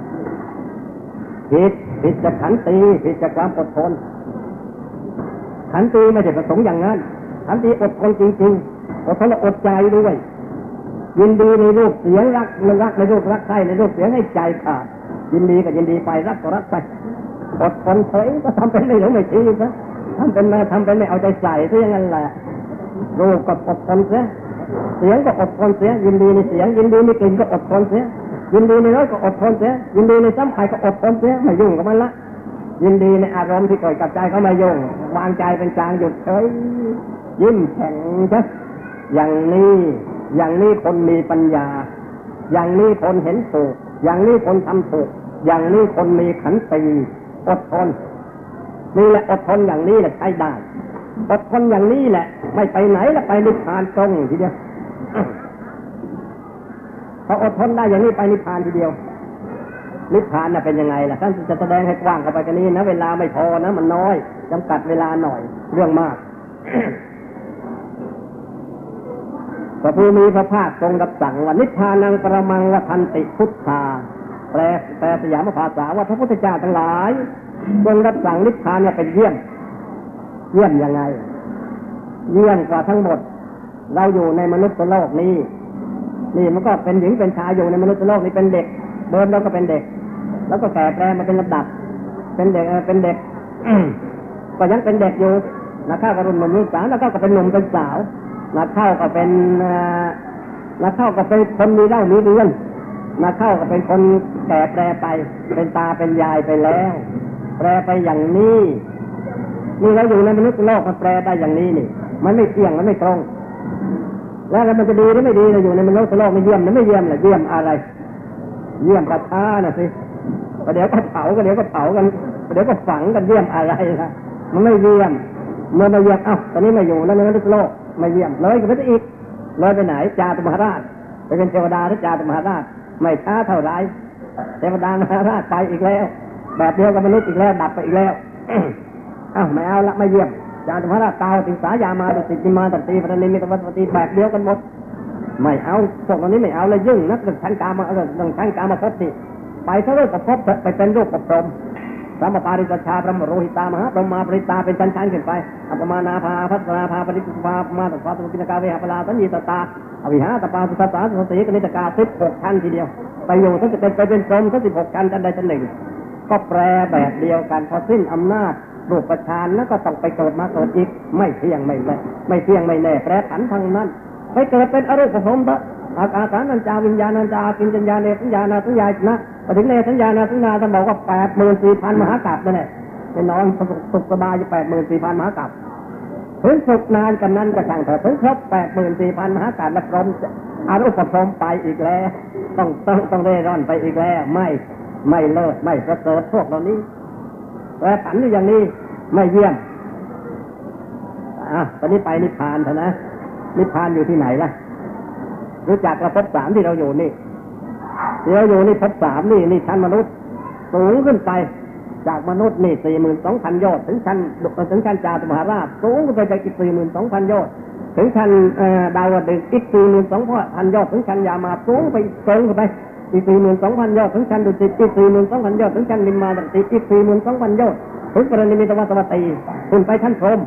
ผิดจากขันติผิดจากความอดทนขันติไม่ได้ประสงค์อย่างนั้นขันติอดทนจริงๆอดทนและอดใจด้วยยินดีในรูปเสียงรักมันรักในรูปรักใครในรูปเสียงให้ใจขาดยินดีก็ยินดีไปรักก็รักไปอดทนเฉยก็ทำเป็นไม่หลงไม่ชี้ซะทำเป็นไม่เอาใจใส่ซะอย่างนั้นแหละรูปก็อดทนเสียเสียงก็อดทนเสียยินดีในเสียงยินดีในกลิ่นก็อดทนเสียยินดีในรสก็อดทนเสียยินดีในสัมผัสก็อดทนเสียไม่ยุ่งกับมันละยินดีในอารมณ์ที่เกิดกับใจก็ไม่ยุ่งวางใจเป็นกลางหยุดเฉยยิ้มแข็งซะอย่างนี้คนมีปัญญาอย่างนี้คนเห็นถูกอย่างนี้คนทำถูกอย่างนี้คนมีขันติอดทนนี่แหละอดทนอย่างนี้แหละใช้ได้อดทนอย่างนี้แหละไม่ไปไหนละไปนิพพานตรงทีเดียวพออดทนได้อย่างนี้ไปนิพพานทีเดียวนิพพานน่ะเป็นยังไงล่ะท่านจะแสดงให้กว้างเข้าไปกันนี้นะเวลาไม่พอนะมันน้อยจำกัดเวลาหน่อยเรื่องมาก พระผู้มีพระภาคทรงรับสั่งว่านิพพานังปรมังวทันติพุทธาแปลสยามภาษาว่าพระพุทธเจ้าทั้งหลายทรงรับสั่งนิพพานเป็นเยี่ยมยังไงเยี่ยมกว่าทั้งหมดเราอยู่ในมนุษย์โลกนี้นี่มันก็เป็นหญิงเป็นชายอยู่ในมนุษย์โลกนี้เป็นเด็กเดิมเราก็เป็นเด็กแล้วก็แก่แปรมาเป็นลำดับเป็นเด็กก็ยังเป็นเด็กอยู่นะข้าวก็รุ่นหนุ่มรุ่นสาวแล้วก็เป็นหนุ่มเป็นสาวนะข้าวก็เป็นคนมีเล่ามีเรือนนะข้าวก็เป็นคนแก่แปรไปเป็นตาเป็นยายไปแล้วแปรไปอย่างนี้นี่เราอยู่ในมนุษย์โลกมันแปรได้อย่างนี้นี่มันไม่เที่ยงมันไม่ตรงแล้วมันจะดีหรือไม่ดีเราอยู่ในมนุษย์โลกไม่เยี่ยมหรือไม่เยี่ยมล่ะเยี่ยมอะไรเยี่ยมประชาน่ะสิประเดี๋ยวก็เผากันเดี๋ยวก็ฝังกันเยี่ยมอะไรล่ะมันไม่เยี่ยมเมื่อมาเยี่ยมตอนนี้ไม่อยู่แล้วในมนุษย์โลกไม่เยี่ยมเลยก็ไปอีกเลยไปไหนจาตุมหาราชไปเป็นเทวดาหรือจาตุมหาราชไม่ช้าเท่าไรเทวดามหาราชไปอีกแล้วแบบเดียวกับมนุษย์อีกแล้วดับไปอีกแล้วไม่เอาละไม่เยี่ยมจาตุมหาราชตาวติสายามาดุสิตมาตันตีปรณิมิตวัตติแบบเดียวกันหมดไม่เอาพวกนี้ไม่เอาเลยยุ่งนักชั้นกามาชั้นกามาพบสิไปเท่าไรก็พบไปเป็นรูปกับพรหมพระมปาริตชาพระมโรหิตามหาพรหมมาปริตาเป็นชั้นขึ้นไปอัปมานาภาพัสนาภาปริตุภามาตถาตุกินกาเวหปลาสัญญิตตาอวิหาตปาสุตตาสุติกนิตกา16ชั้นทีเดียวไปอยู่ทั้งจะเป็นพรหมทั้ง16ชั้นชั้นใดชั้นหนึ่งก็แปรแบบเดียวกันพอสิ้นอำนาจรูปฌานแล้วก็ต้องไปเกิดมาเกิดอีกไม่เที่ยงไม่แน่แปรผันทั้งนั้นไปเกิดเป็นอรูปพรหมปะอาการนัญจาวิญญาณัญจากินจัญญาเนสัญญาณสัญญานะพอถึงเนสัญญาณสัญญาท่านบอกว่า 84,000 มหากาพย์นั่นแหละไปนอนสุขสบายอยู่ 84,000 มหากาพย์ถึงสุขนานกันนั้นก็ช่างเถอะถึงครบ 84,000 มหากาพย์แล้วพรหมอรูปพรหมไปอีกแล้วต้องเร่ร่อนไปอีกแล้วไม่เลิศไม่ประเสริฐพวกเหล่านี้แต่ผันอยู่อย่างนี้ไม่เยี่ยมตอนนี้ไปนิพพานเถอะนะนิพพานอยู่ที่ไหนล่ะรู้จักภพ3ที่เราอยู่นี่ภพ3นี่ชั้นมนุษย์สูงขึ้นไปจากมนุษย์นี่ 42,000 โยชน์ถึงชั้นจาตุมหาราชสูงขึ้นไปจากอีก 42,000 โยชน์ถึงชั้นดาวดึงอีก 42,000 โยชน์ถึงชั้นยามาสูงไปอีก 42,000 โยชน์ถึงชั้นดุสิตอีก 42,000 โยชน์ถึงชั้นนิมมาตติอีก 42,000 โยชน์ถึงปรณิมิตวัตตีขึ้นไปชั้นพรหม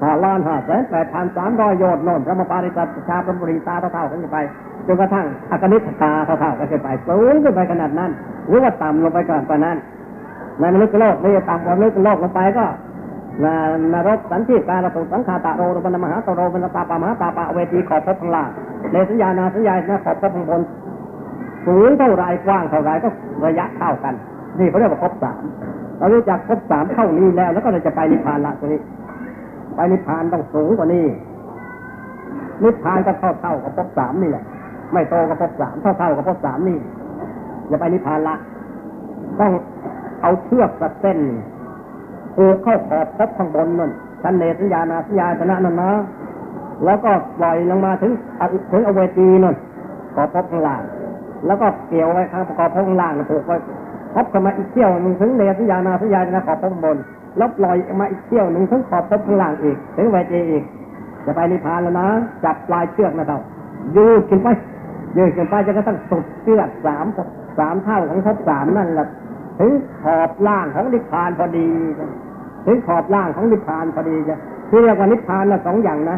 5,583,300 โยชน์โน่นพระมปาริตชาพระมโรหิตาเท่าๆกันไปจนกระทั่งอากนิษฐาเท่าๆกันไปสูงขึ้นไปขนาดนั้นหรือว่าต่ำลงไปกว่านั้นในมนุษย์โลกไม่ต่ำกว่ามนุษย์โลกลงไปก็นรกสันติการสุสังขาตะโรรปนมหาตโรปนตาปามหาตาปะเวทีขอบพบข้างล่างในสัญญาณขอบพบข้างบนสูงเท่าไรกว้างเท่าไรก็ระยะเท่ากันนี่เขาเรียกว่าภพ3เรารู้จักภพ3เท่านี้แล้วก็เราจะไปนิพพานละตัวนี้ไปนิพพานต้องสูงกว่านี้นิพพานก็เท่ากับภพ3นี่แหละไม่โตกับภพ3เท่ากับภพ3นี่จะไปนิพพานละต้องเอาเชือกสักเส้นผูกเข้าขอบภพข้างบนนั่นชั้นเนสัญญานาสัญญาชนะนั่นนะแล้วก็ปล่อยลงมาถึงอเวจีนั่นขอบภพข้างล่างแล้วก็เกี่ยวไว้ข้างขอบภพข้างล่างผูกไว้พบกันมาอีกเที่ยวนึงถึงเนสัญญานาสัญญาชนะขอบภพข้างบนแล้วปล่อยมาอีกเที่ยวนึงถึงขอบภพข้างล่างอีกถึงอเวจีอีกจะไปนิพพานแล้วนะจับปลายเชือกนะเรายืดขึ้นไปจะก็ต้องสุดเชือก3เท่าของภพ3นั่นแหละถึงขอบล่างของนิพพานพอดีถึงขอบล่างของนิพพานพอดีจะเรียกว่านิพพานละ2อย่างนะ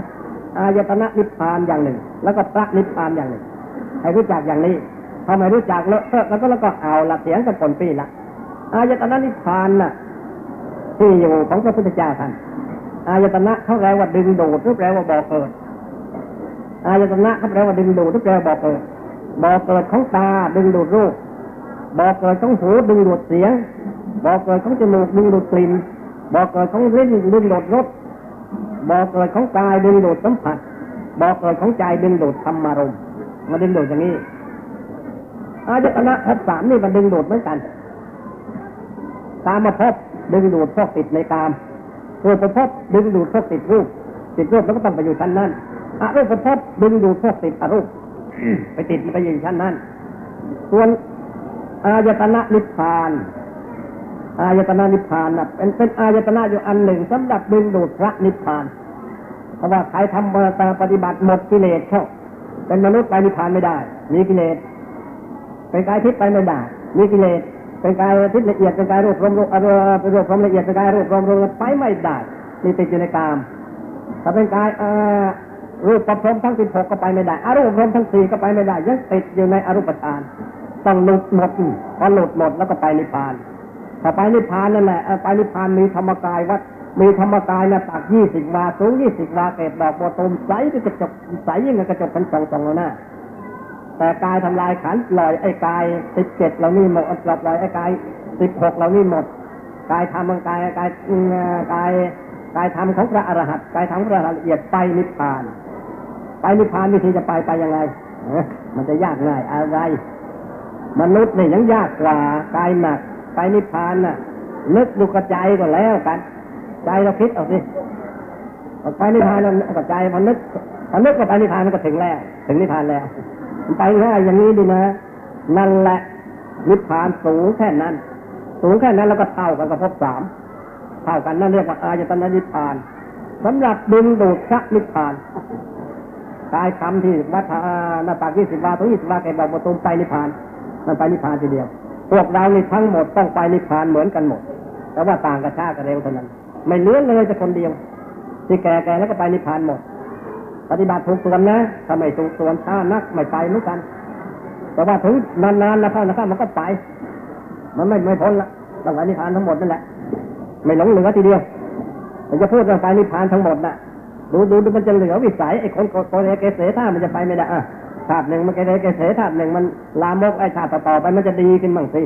อายตนะนิพพานอย่างหนึ่งแล้วก็พระนิพพานอย่างหนึ่งให้รู้จักอย่างนี้ถ้าไม่รู้จักแล้วก็เอาละเสียงกันปนปี้ละอายตนะนิพพานน่ะที่อยู่ของพระพุทธเจ้าท่านอายตนะเขาแปลว่าดึงดูดหรือแปลว่าบ่อเกิดอายตนะเขาแปลว่าดึงดูดหรือแปลว่าบ่อเกิดบ่อเกิดของตาดึงดูดรูปบ่อเกิดของหูดึงดูดเสียงบ่อเกิดของจมูกดึงดูดกลิ่นบ่อเกิดของลิ้นดึงดูดรสบ่อเกิดของกายดึงดูดสัมผัสบ่อเกิดของใจดึงดูดธรรมารมณ์มาดึงดูดอย่างนี้อายตนะทั้งสามนี่มันดึงดูดเหมือนกันตามมาพบดึงดูดพวกติดในกามรูปภพดึงดูดพวกติดรูปแล้วก็ต้องไปอยู่ชั้นนั้นอรูปภพดึงดูดพวกติดอรูปไปติดไปอยู่ชั้นนั้นส่วนอายตนะนิพพานอายตนะนิพพานน่ะเป็นอายตนะอยู่อันหนึ่งสำหรับดึงดูดพระนิพพานเพราะว่าใครทำปฏิบัติหมดกิเลสเข้าเป็นมนุษย์ไปนิพพานไม่ได้มีกิเลสเป็นกายทิพย์ไปไม่ได้มีกิเลสเป็นกายทิพย์ละเอียดเป็นกายรูปรวมเป็นรูปรวมละเอียดเป็นกายรูปรวมไปไม่ได้นี่ติดอยู่ในกามถ้าเป็นกายรูปประพรมทั้ง16ก็ไปไม่ได้อรูปรวมทั้ง4ก็ไปไม่ได้ยังติดอยู่ในอรูปฌานต้องหลุดหมดพอหลุดหมดแล้วก็ไปนิพพานถ้าไปนิพพานนั่นแหละไปนิพพานมีธรรมกายวัดมีธรรมกายน่ะตัก20 วาสูง20 วาเกศดอกบัวตูมใสที่กระจกใสยิ่งกระจกพันสองแล้วนะแต่กายทำลายขันธ์ปล่อยไอ้กาย17เหล่านี้หมดปล่อยไอ้กาย16เหล่านี้หมดกายธรรมกายธรรมของพระอรหันต์กายธรรมพระละเอียดไปนิพพานวิธีจะไปยังไงมันจะยากง่ายอะไรมนุษย์เนี่ยยังยากกว่ากายหนักไปนิพพานน่ะนึกดูกระจายก็แล้วกันใจเราคิดเอาสิไปนิพพานเรากระจายพอนึกก็ไปนิพพานมันก็ถึงแล้วถึงนิพพานแล้วมันไปง่ายอย่างนี้ดีนะนั่นแหละนิพพานสูงแค่นั้นแล้วก็เท่ากันกับภพ3เท่ากันนั่นเรียกว่าอายตนะนิพพานสำหรับดึงดูดพระนิพพานกายธรรมที่วัดหน้าปาก20 วาถึง20 วาเกศดอกบัวตูมไปนิพพานมันไปนิพพานทีเดียวพวกเรานี่ทั้งหมดต้องไปนิพพานเหมือนกันหมดแต่ว่าต่างกันช้ากันเร็วเท่านั้นไม่เหลือเลยแต่คนเดียวที่แก่แล้วก็ไปนิพพานหมดปฏิบัติถูกส่วนนะถ้าไม่ถูกส่วนช้านักไม่ไปเหมือนกันแต่ว่าถึงนานๆนะเข้ามันก็ไปมันไม่พ้นละต้องไปนิพพานทั้งหมดนั่นแหละไม่หลงเหลือทีเดียวแต่จะพูดว่าไปนิพพานทั้งหมดน่ะดูมันจะเหลือวิสัยไอ้คนโกเรเกเสถ้ามันจะไปไม่ได้ชาติหนึ่งมันเกเรเกเสชาติหนึ่งมันลามกไอ้ชาติต่อไปมันจะดีขึ้นบ้างสิ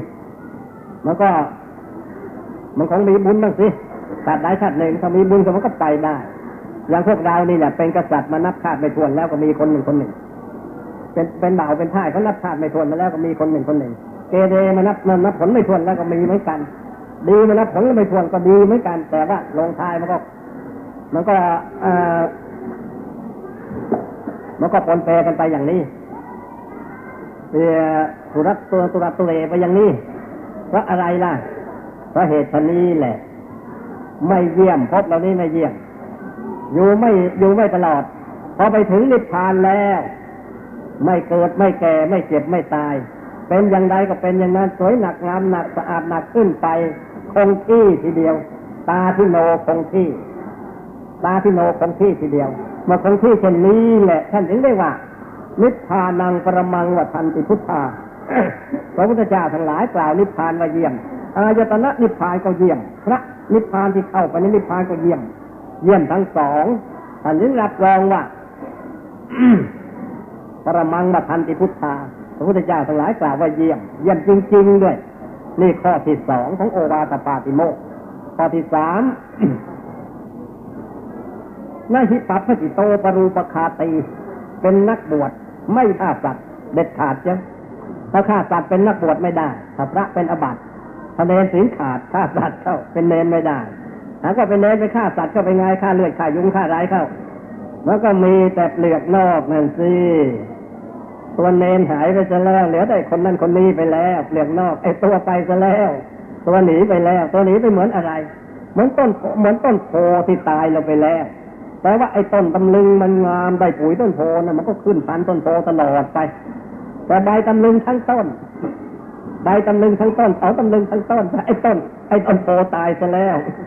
มันคงมีบุญบ้างสิชาติใดชาติหนึ่งถ้ามีบุญมันก็ไปได้อย่างพวกเรานี่แหละเป็นกษัตริย์มานับชาติไม่ถ้วนแล้วก็มีคนหนึ่งเป็นบ่าวเป็นท่ายเขานับชาติไม่ถ้วนมาแล้วก็มีคนหนึ่งเกเรมานับผลไม่ถ้วนแล้วก็มีเหมือนกันดีมานับผลไม่ถ้วนก็ดีเหมือนกันแต่ว่าลงท้ายมันก็ปนเปกันไปอย่างนี้ตุรัสตุเรไปอย่างนี้เพราะอะไรล่ะเพราะเหตุนี้แหละไม่เยี่ยมพบเรานี่ไม่เยี่ยมอยู่ไม่ตลอดพอไปถึงนิพพานแล้วไม่เกิดไม่แก่ไม่เจ็บไม่ตายเป็นอย่างไรก็เป็นอย่างนั้นสวยหนักงามหนักสะอาดหนักขึ้นไปคงที่ทีเดียวตาที่โนคงที่ทีเดียวเมื่อคงที่เช่นนี้แหละท่านถึงได้ว่านิพพานังปรมังวัฏันติพุทธา พระพุทธเจ้าทั้งหลายกล่าวนิพพานว่าเยี่ยมอายตนะนิพพานก็เยี่ยมพระนิพพานที่เข้าไปในนิพพานก็เยี่ยมทั้งสองท่านถึงรับรองว่า ปรมังวัฏันติพุทธาพระพุทธเจ้าทั้งหลายกล่าวว่าเยี่ยมจริงๆด้วยนี่ข้อที่2ของโอวาทปาติโมกข์ข้อที่3นหิปัพพจิโตปรูปคาตีเป็นนักบวชไม่ฆ่าสัตว์เด็ดขาดจ้ะถ้าฆ่าสัตว์เป็นนักบวชไม่ได้ถ้าพระเป็นอบัติถ้าเนรศีลขาดฆ่าสัตว์เข้าเป็นเนรไม่ได้ถ้าก็เป็นเนรไปฆ่าสัตว์ก็ไปไงฆ่าเลือดฆ่ายุงฆ่าไรเข้าแล้วก็มีแต่เปลือกนอกนั่นสิตัวเนรหายไปซะแล้วเหลือแต่คนนั้นคนนี้ไปแล้วเปลือกนอกไอ้ตัวไปซะแล้วตัวหนีไปแล้วตัวหนีไปเหมือนอะไรเหมือนต้นโพที่ตายลงไปแล้วแต่ว่าไอ้ต้นตำลึงมันงามได้ปุ๋ยต้นโพน่ะมันก็ขึ้นพันต้นโพตลอดไปแต่ใบตำลึงทั้งต้นเอาตำลึงทั้งต้นไอ้ต้นโพตายซะแล้ว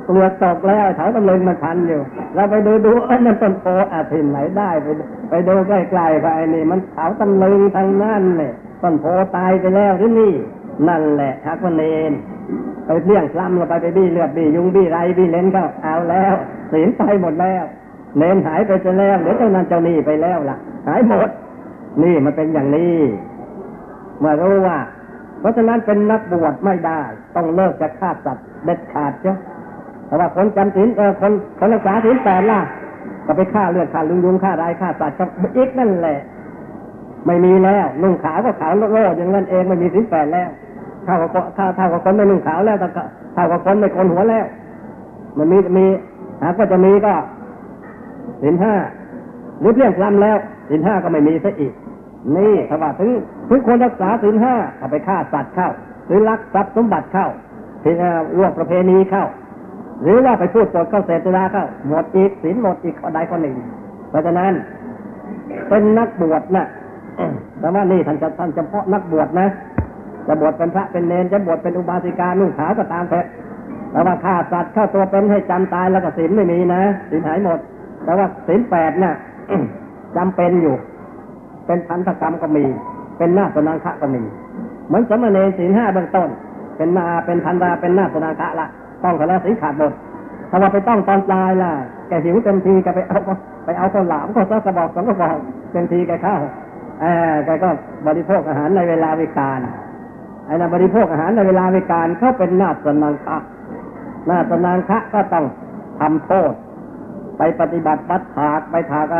เปลือกตกแล้วเถาตะลึงมันพันอยู่เราไปดูนั่นต้นโพถิ่นไหนได้ไปดูใกล้ๆไปนี่มันเถาตะลึงทางนั้นเนี่ยต้นโพตายไปแล้วที่นี่นั่นแหละทักวันเนนไปเลี้ยงซ้ำเราไปบี้เลือดบี้ยุงบี้ไรบี้เลนเข้าเอาแล้วศีลไปหมดแล้วเนนหายไปจะแล้วเดี๋ยวเจ้านั้นเจ้านี่ไปแล้วล่ะหายหมดนี่มันเป็นอย่างนี้เมื่อรู้ว่าเพราะฉะนั้นเป็นนักบวชไม่ได้ต้องเลิกจะฆ่าสัตว์เด็ดขาดเจ้าแต่ว่าคนจำศีลคนรักษาศีล8ล่ะก็ไปฆ่าเลือดฆ่ายุงฆ่าไรฆ่าสัตว์ก็อีกนั่นแหละไม่มีแล้วนุ่งขาวก็ขาวโลดอย่างนั้นเองไม่มีศีล8แล้วเท่ากับคนไม่นุ่งขาวแล้วแต่เท่ากับคนไม่โกนหัวแล้วมันมีหากว่าจะมีก็ศีล5หรือเพียงพล้ำแล้วศีล5ก็ไม่มีซะอีกนี่ถ้าว่าถึงคนรักษาศีล5เอาไปฆ่าสัตว์เข้าหรือลักทรัพย์สมบัติเข้าที่ล่วงประเพณีเข้าหรือว่าไปพูดปดเข้าเสพสุราเข้าหมดอีกศีลหมดอีกข้อใดข้อหนึ่งเพราะฉะนั้นเป็นนักบวชนะแต่ว่านี่ท่านเฉพาะนักบวชนะจะบวชเป็นพระเป็นเณรจะบวชเป็นอุบาสิกานุ่งขาวก็ตามเถอะแต่ว่าฆ่าสัตว์เข้าตัวเป็นให้จำตายแล้วก็ศีลไม่มีนะศีลหายหมดแต่ว่าศีล8น่ะ จำเป็นอยู่เป็นพันธกรรมก็มีเป็นนาฏนาคะก็มีเหมือนสมณเณรศีล5เบื้องต้นเป็นพันธาเป็นนาฏนาคะละต้องกันแล้วศีลขาดหมดถ้าว่าไปต้องตอนตายล่ะแกหิวเต็มทีแกไปเอาข้าวหลามก็ซักกระบอก2กระบอกเต็มทีแกเข้าแกก็บริโภคอาหารในเวลาวิกาลไอ้นั่นบริโภคอาหารในเวลาวิกาลเขาเป็นนาฏนาคะก็ต้องทำโทษไปปฏิบัติปัดถากไปถาก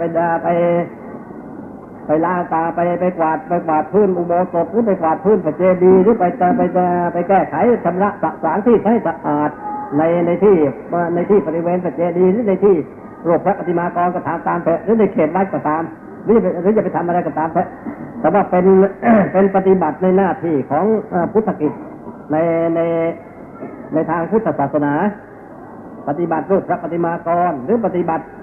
ไปล้างตาไปกวาดพื้นอุโบสถหรือไปกวาดพื้นพระเจดีย์หรือไปแก้ไขชำระสะสางที่ให้สะอาดในที่บริเวณพระเจดีย์หรือในที่รูปพระประติมากรก็ตามเถอะหรือในเขตวัดก็ตามหรือจะไปทำอะไรก็ตามเถอะแต่ว่าเป็นปฏิบัติในหน้าที่ของพุทธกิจในทางพุทธศาสนาปฏิบัติรูปพระประติมากรหรือปฏิบัติ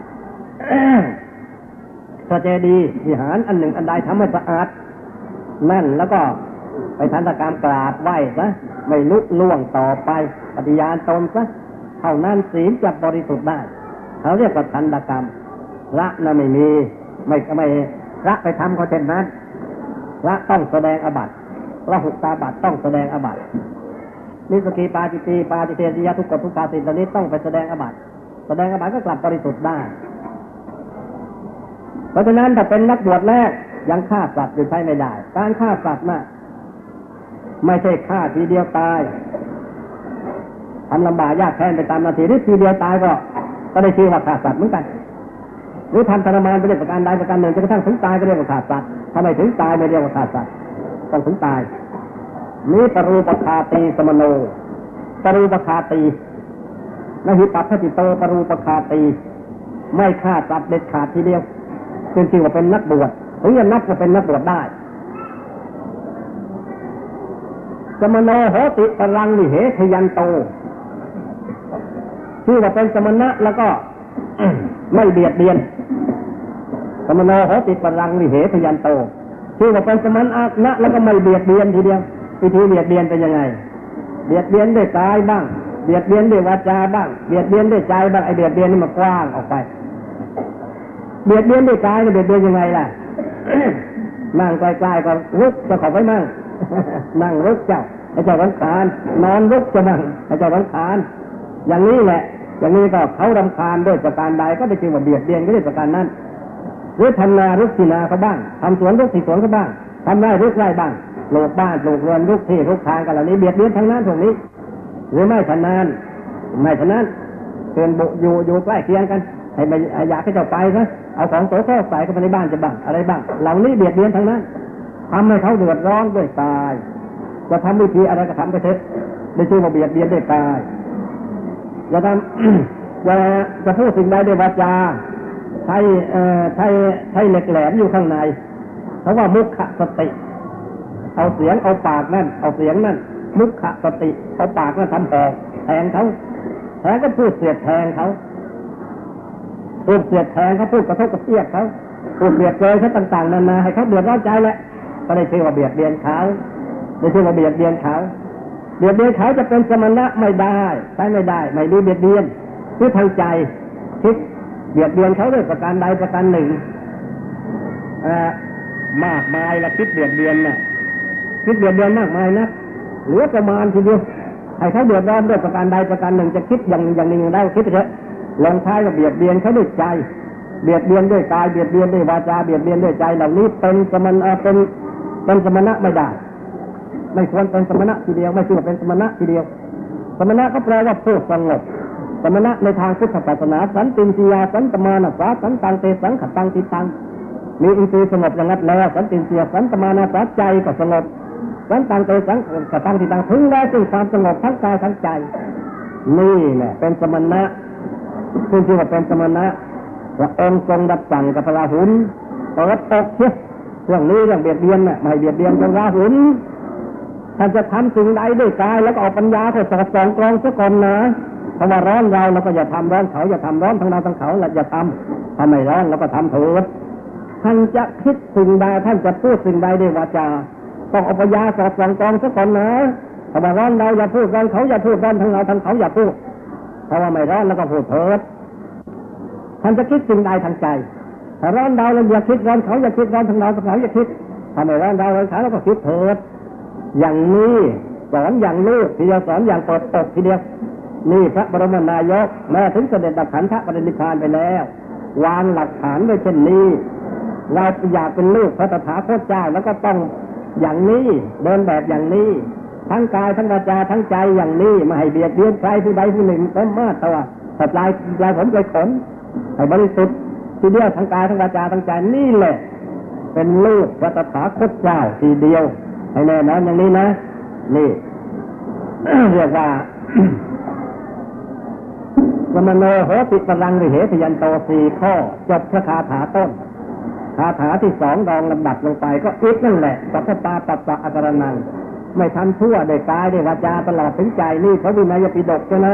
พระเจดีย์วิหารอันหนึ่งอันใดทำให้สะอาดนั่นแล้วก็ไปทันตกรรมกราบไหว้ซะไม่ลุกล่วงต่อไปปฏิญาณตนซะเท่านั้นศีลจะบริสุทธิ์ได้เขาเรียกว่าทันตกรรมพระน่ะไม่มีไม่พระไปทำเขาเช่นนั้นพระต้องแสดงอาบัติพระหุตาบัติต้องแสดงอาบัตินิสกีปาจิตีปาจิเตติยทุกกฎทุกปาสิตนี้ต้องไปแสดงอาบัติก็กลับบริสุทธิ์ได้เพราะฉะนั้นถ้าเป็นนักบวชแรกยังฆ่าสัตว์อยู่ใช้ไม่ได้การฆ่าสัตว์น่ะไม่ใช่ฆ่าทีเดียวตายทำลำบากยากแค้นไปตามนาทีหรือทีเดียวตายก็ได้ชื่อว่าฆ่าสัตว์เหมือนกันหรือทำทรมานไปเรื่องประการใดประการหนึ่งจนกระทั่งถึงตายก็เรียกว่าฆ่าสัตว์ถ้าไม่ถึงตายไม่เรียกว่าฆ่าสัตว์ต้องถึงตายนี้ปรูปคาตีสมโนปรูปคาตีนหิปัปพจิโตปรูปคาตีไม่ฆ่าสัตว์เด็ดขาดทีเดียวเป็นชื่อว่าเป็นนักบวชถึงจะนับว่าเป็นนักบวชได้สมโนโหติปรังวิเหทยันโตชื่อว่าเป็นสมณะแล้วก็ ไม่เบียดเบียนสมโนโหติปรังวิเหทยันโตชื่อว่าเป็นสมณะแล้วก็ไม่เบียดเบียนทีเดียววิธีเบียดเบียนเป็นยังไงเบียดเบียนด้วยกายบ้างเบียดเบียนด้วยวาจาบ้างเบียดเบียนด้วยใจบ้างไอเบียดเบียนนี่มันกว้างออกไปเบียดเบียนด้วยกายเบียดเบียนยังไงล่ะ นั่งใกล้ๆก็ลุกจะขอไปมั่ง นั่งลุกเจ้าไอ้เจ้าวันคานนอนลุกจะนั่งไอ้เจ้าวันคานอย่างนี้แหละอย่างนี้ก็เขารำคาญด้วยประการใดก็ได้ชื่อว่าเบียดเบียนก็ด้วยประการนั้นหรือทำนาลุกที่นาเขาบ้างทำสวนลุกที่สวนเขาบ้างทำไร่ลุกไร่บ้างปลูกบ้านปลูกเรือนลุกที่ลุกทางกันเหล่านี้เบียดเบียนทั้งนั้นตรงนี้หรือไม่ฉะนั้นเกินอยู่ใกล้เคียงกันให้ไม่อยากให้เจ้าไปซะเอาของโสโครกใส่เข้าไปในบ้านจะบ้างอะไรบ้างเหล่านี้เบียดเบียนทั้งนั้นทำให้เขาเดือดร้อนด้วยกายจะทำวิธีอะไรก็ทำไปเถอะได้ชื่อว่าเบียดเบียนด้วยกายจะพูดสิ่งใดด้วยวาจาใช้เหล็กแหลมอยู่ข้างในเพราะว่ามุขสติเอาเสียงเอาปากนั่นเอาเสียงนั่นมุขสติเอาปากนั่นทำแทงเขาแทงก็พูดเสียดแทงเขาพูดเสียดแทงเขาพูดกระทบกระเทียบเขาพูดเบียดเลยเขาต่างๆนานาให้เขาเดือดร้อนใจแหละก็ได้ชื่อว่าเบียดเบียนเขาได้ชื่อว่าเบียดเบียนเขาเบียดเบียนเขาจะเป็นสมณะไม่ได้ใช้ไม่ได้ไม่ดีเบียดเบียนคือทางใจคิดเบียดเบียนเขาด้วยประการใดประการหนึ่งมากมายละคิดเบียดเบียนน่ะคิดเบียดเบียนมากมายนะเหลือประมาณทีเดียวให้เขาเดือดร้อนด้วยประการใดประการหนึ่งจะคิดอย่างหนึ่งได้คิดไปเถอะลงท้ายก็เบียดเบียนเขาด้วยใจเบียดเบียนด้วยกายเบียดเบียนด้วยวาจาเบียดเบียนด้วยใจเหล่านี้เป็นสมณะไม่ได้ไม่ควรเป็นสมณะทีเดียวไม่ควรเป็นสมณะทีเดียวสมณะก็แปลว่าผู้สงบสมณะในทางพุทธศาสนาสันตินทรียาสันตมานะสาสันตังเตสังขตังติตังมีอินทรีย์สงบอย่างนั้นแล้วสันตินทรียสันตมานะสาใจก็สงบสันตังเตสังขตังติตังถึงแล้วซึ่งความสงบทั้งกายทั้งใจนี่แหละเป็นสมณะซึ่งชื่อว่าเป็นสมณะพระองค์ทรงรับสั่งกับพระราหุลเปิดอกเรื่องนี้เรื่องเบียดเบียนน่ะไม่เบียดเบียนพระราหุลท่านจะทำสิ่งใดด้วยกายแล้วก็เอาปัญญาเข้าสอดส่องกรองซะก่อนนะเพราะว่าร้อนเราก็อย่าทำร้อนเขาอย่าทำร้อนทั้งเราทั้งเขาและอย่าทำไม่ร้อนแล้วก็ทำเถิดท่านจะคิดสิ่งใดท่านจะพูดสิ่งใดด้วยวาจาต้องเอาปัญญาสอดส่องกรองซะก่อนนะเพราะว่าร้อนเราอย่าพูดร้อนเขาอย่าพูดร้อนทั้งเราทั้งเขาอย่าพูดเพราะว่าไม่ร้อนแล้วก็พูดเถิดท่านจะคิดสิ่งใดทางใจถ้าร้อนเราแล้วอย่าคิดร้อนเขาอย่าคิดร้อนทั้งเราทั้งเขาอย่าคิดถ้าไม่ร้อนเราเลยเขาแล้วก็คิดเถิดอย่างนี้สอนอย่างลูกทีเดียวสอนอย่างเปิดอกทีเดียวนี่พระบรมนายกแม้ถึงเสด็จดับขันธปรินิพพานไปแล้ววางหลักฐานไว้เช่นนี้เราอยากเป็นลูกพระตถาคตเจ้าแล้วก็ต้องอย่างนี้เดินแบบอย่างนี้ทั้งกายทั้งวาจาทั้งใจอย่างนี้ไม่ให้เบียดเบียนใครผู้ใดผู้หนึ่งเป็นมาตรว่าแต่ปลายผมปลายขนให้บริสุทธิ์ทีเดียวทั้งกายทั้งวาจาทั้งใจนี่แหละเป็นลูกพระตถาคตเจ้าทีเดียวให้แน่นอนอย่างนี้นะนี่ เรียกว่า สมโนโหติปรังวิเหทยันโต4ข้อจบพระคาถาต้นคาถาที่2ดองลำดับลงไปก็อีกนั่นแหละสัพพตาปัสสะอาการนังไม่ทำชั่วได้กายได้วาจาตลอดถึงใจนี่พระวินัยปิฎกนะ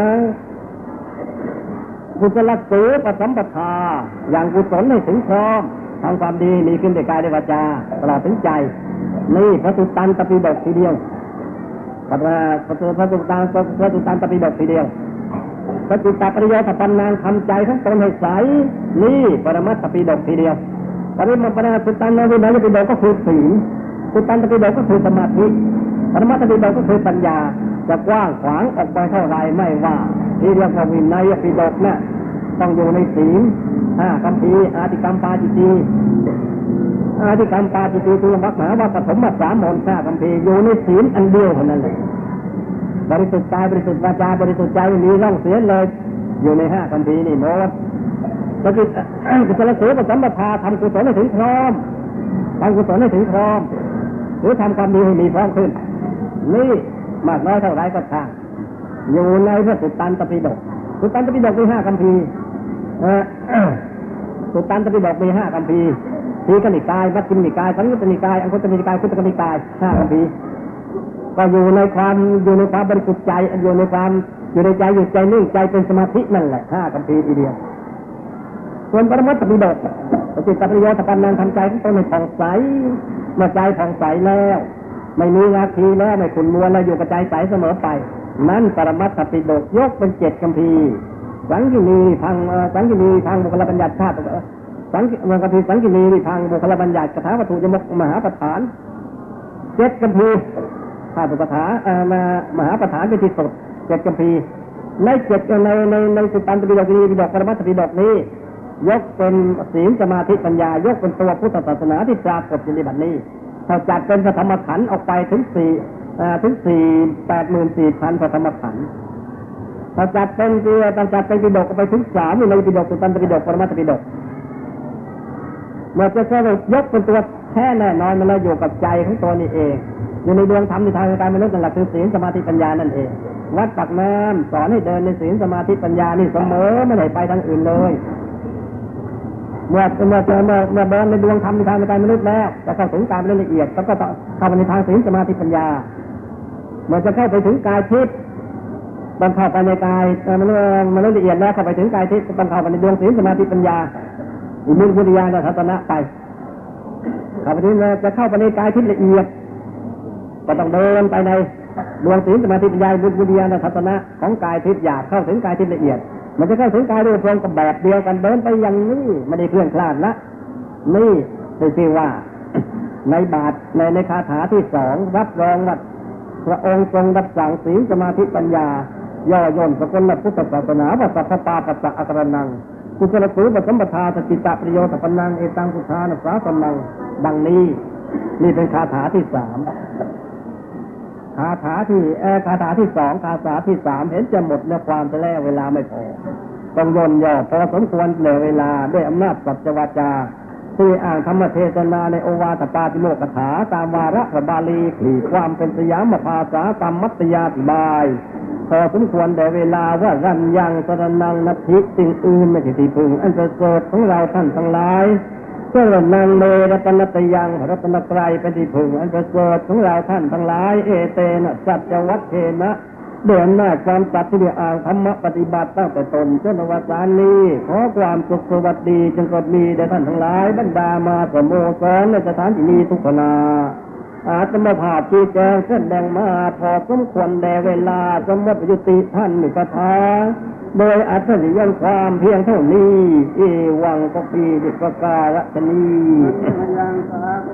กุศลสูปสัมปทาอย่างกุศลให้ถึงพร้อมทำความดีมีขึ้นได้กายได้วาจาตลอดถึงใจนี่พระสุตตันตปิฎกทีเดียวพระสุตตันตปิฎกทีเดียวพระจิตตปริโยธปันนางทำใจทั้งตนให้ใสนี่ปรมัตถปิฎกทีเดียวปรมัตถสุตตันวินัยปิฎกก็คือศีลสุตตันตปิฎกก็คือสมาธิปรมัตถปิฎกก็คือปัญญาจะกว้างขวางออกไปเท่าไรไม่ว่าที่เรียกว่าวินัยปิฎกน่ะต้องอยู่ในศีล5คัมภีร์อาติกรรมปาจิตีอาติกรรมปาจิตีคือมรรคมหาว่าปฐมสามมนต์5คัมภีร์อยู่ในศีลอันเดียวเท่านั้นเลยบริสุทธิ์กายบริสุทธิ์วาจาบริสุทธิ์ใจมีร่องเสียเลยอยู่ใน5คัมภีร์นี่หมดก็คือกุศลศีลกับสัมปทาทำกุศลให้ถึงพร้อมทำกุศลให้ถึงพร้อมหรือทำความดีให้มีพร้อมขึ้นนี่มากน้อยเท่าไรก็ช่างอยู่ในพระสุตตันตปิฎกสุตตันตปิฎกมี5คัมภีร์สุตตันตปิฎกมี5คัมภีร์ทีฆนิกายมัชฌิมนิกายสังยุตตนิกายอังคุตตนิกายคุตตกนิกาย5คัมภีร์ก็อยู่ในความบริสุทธิ์ใจอยู่ในใจอยู่ใจนิ่งใจเป็นสมาธินั่นแหละ5คัมภีร์ทีเดียวส่วนปรมัตถปิฎกปฏิจจปริโยธปันนังทำใจของตนให้ผ่องใสเมื่อใจผ่องใสแล้วไม่มีราคีแล้วไม่ขุ่นมัวแล้วอยู่กับใจใสเสมอไปนั้นปรมัตถปิฎกยกเป็น7คัมภีร์สังกินีทางบุคลบัญญัติชาติสังกินีทางบุคลบัญญัติคาถาวัตถุยมกมหาประธาน7คัมภีร์ธาตุประธานมหาประธานเป็นที่สุด7คัมภีร์ในสุตตันตปิฎกปิฎกปรมัตถปิฎกนี้ยกเป็นศีลสมาธิปัญญายกเป็นตัวพุทธศาสนาที่ปรากฏอยู่ในบัดนี้ถ้าจัดเป็นพระธรรมขันธ์ออกไปถึง84,000 พระธรรมขันธ์ถ้าจัดเป็นปิฎกออกไปถึง3อยู่ในปิฎกสุตตันตปิฎกปรมัตถปิฎกเมื่อจะสรุปยกเป็นตัวแท้แน่นอนมันแล้วอยู่กับใจของตัวนี้เองอยู่ในดวงธรรมในทางการมนุษย์นั่นแหละคือศีลสมาธิปัญญานั่นเองวัดปากน้ำสอนให้เดินในศีลสมาธิปัญญานี่เสมอไม่ได้ไปทางอื่นเลยเมื่อเดินในดวงธรรมในทางการมนุษย์แล้วจะเข้าถึงการละเอียดก็ต้องเข้าไปในทางศีลสมาธิปัญญาเมื่อจะเข้าไปถึงกายทิพย์ต้องเข้าไปในกายมันละเอียดแล้วเข้าไปถึงกายทิพย์ต้องเข้าไปในดวงศีลสมาธิปัญญาอิมิพุทธิญาณทัศนะไปเข้าไปถึงจะเข้าไปในกายทิพย์ละเอียดก็ต้องเดินไปในดวงศีลสมาธิปัญญาบุญวิญญาณทัศนะของกายทิพย์หยาบเข้าถึงกายทิพย์ละเอียดมันจะเข้าถึงกายโดยตรงกับแบบเดียวกันเดินไปอย่างนี้ไม่ได้เคลื่อนคลาดละนี่คือว่าในบาทในคาถาที่สองรับรองว่าพระองค์ทรงรับสั่งศีลสมาธิปัญญาย่อย่นสกุลพุทธศาสนาว่าสัพพปาปัสสะอักรนังกุศลสูปสัมปทาสจิตตประโยชน์ปนังเอตังพุทธานัสสาสนังดังนี้นี่เป็นคาถาที่สามคาถาที่สองคาถาที่สามเห็นจะหมดเนื้อความจะแล้วเวลาไม่พอต้องย่นย่อพอสมควรเหลือเวลาด้วยอำนาจสัจวาจาที่อ่านธรรมเทศนาในโอวาทปาติโมกถาตามวาระพระบาลีผลีความเป็นสยามภาษาตามมัตตยาธิบายพอสมควรแต่เวลาว่ารันยังสรนังนัตถิสิ่งอื่นไม่ใช่ที่พึ่งอันประเสริฐของเราท่านทั้งหลายเจ้านังเมรัตนตยังรัตนตรัยเป็นที่พึ่งอันประเสริฐของเราท่านทั้งหลายเอเตนะสัจวัตเทนะเดินหน้าความสัตย์ที่ได้อ่านธรรมปฏิบัติตั้งแต่ตนจนอวสานนี้ขอความสุขสวัสดีจงกดมีแด่ท่านทั้งหลายบรรดามาสโมสรในสถานที่นี้ทุกขณะอาตมาภาพชี้แจงแสดงมาพอสมควรแด่เวลาสมมติยุติท่านมิกถาโดยอัศนียังความเพียงเท่านี้เอวังก็ปีดิกการะชนียังสา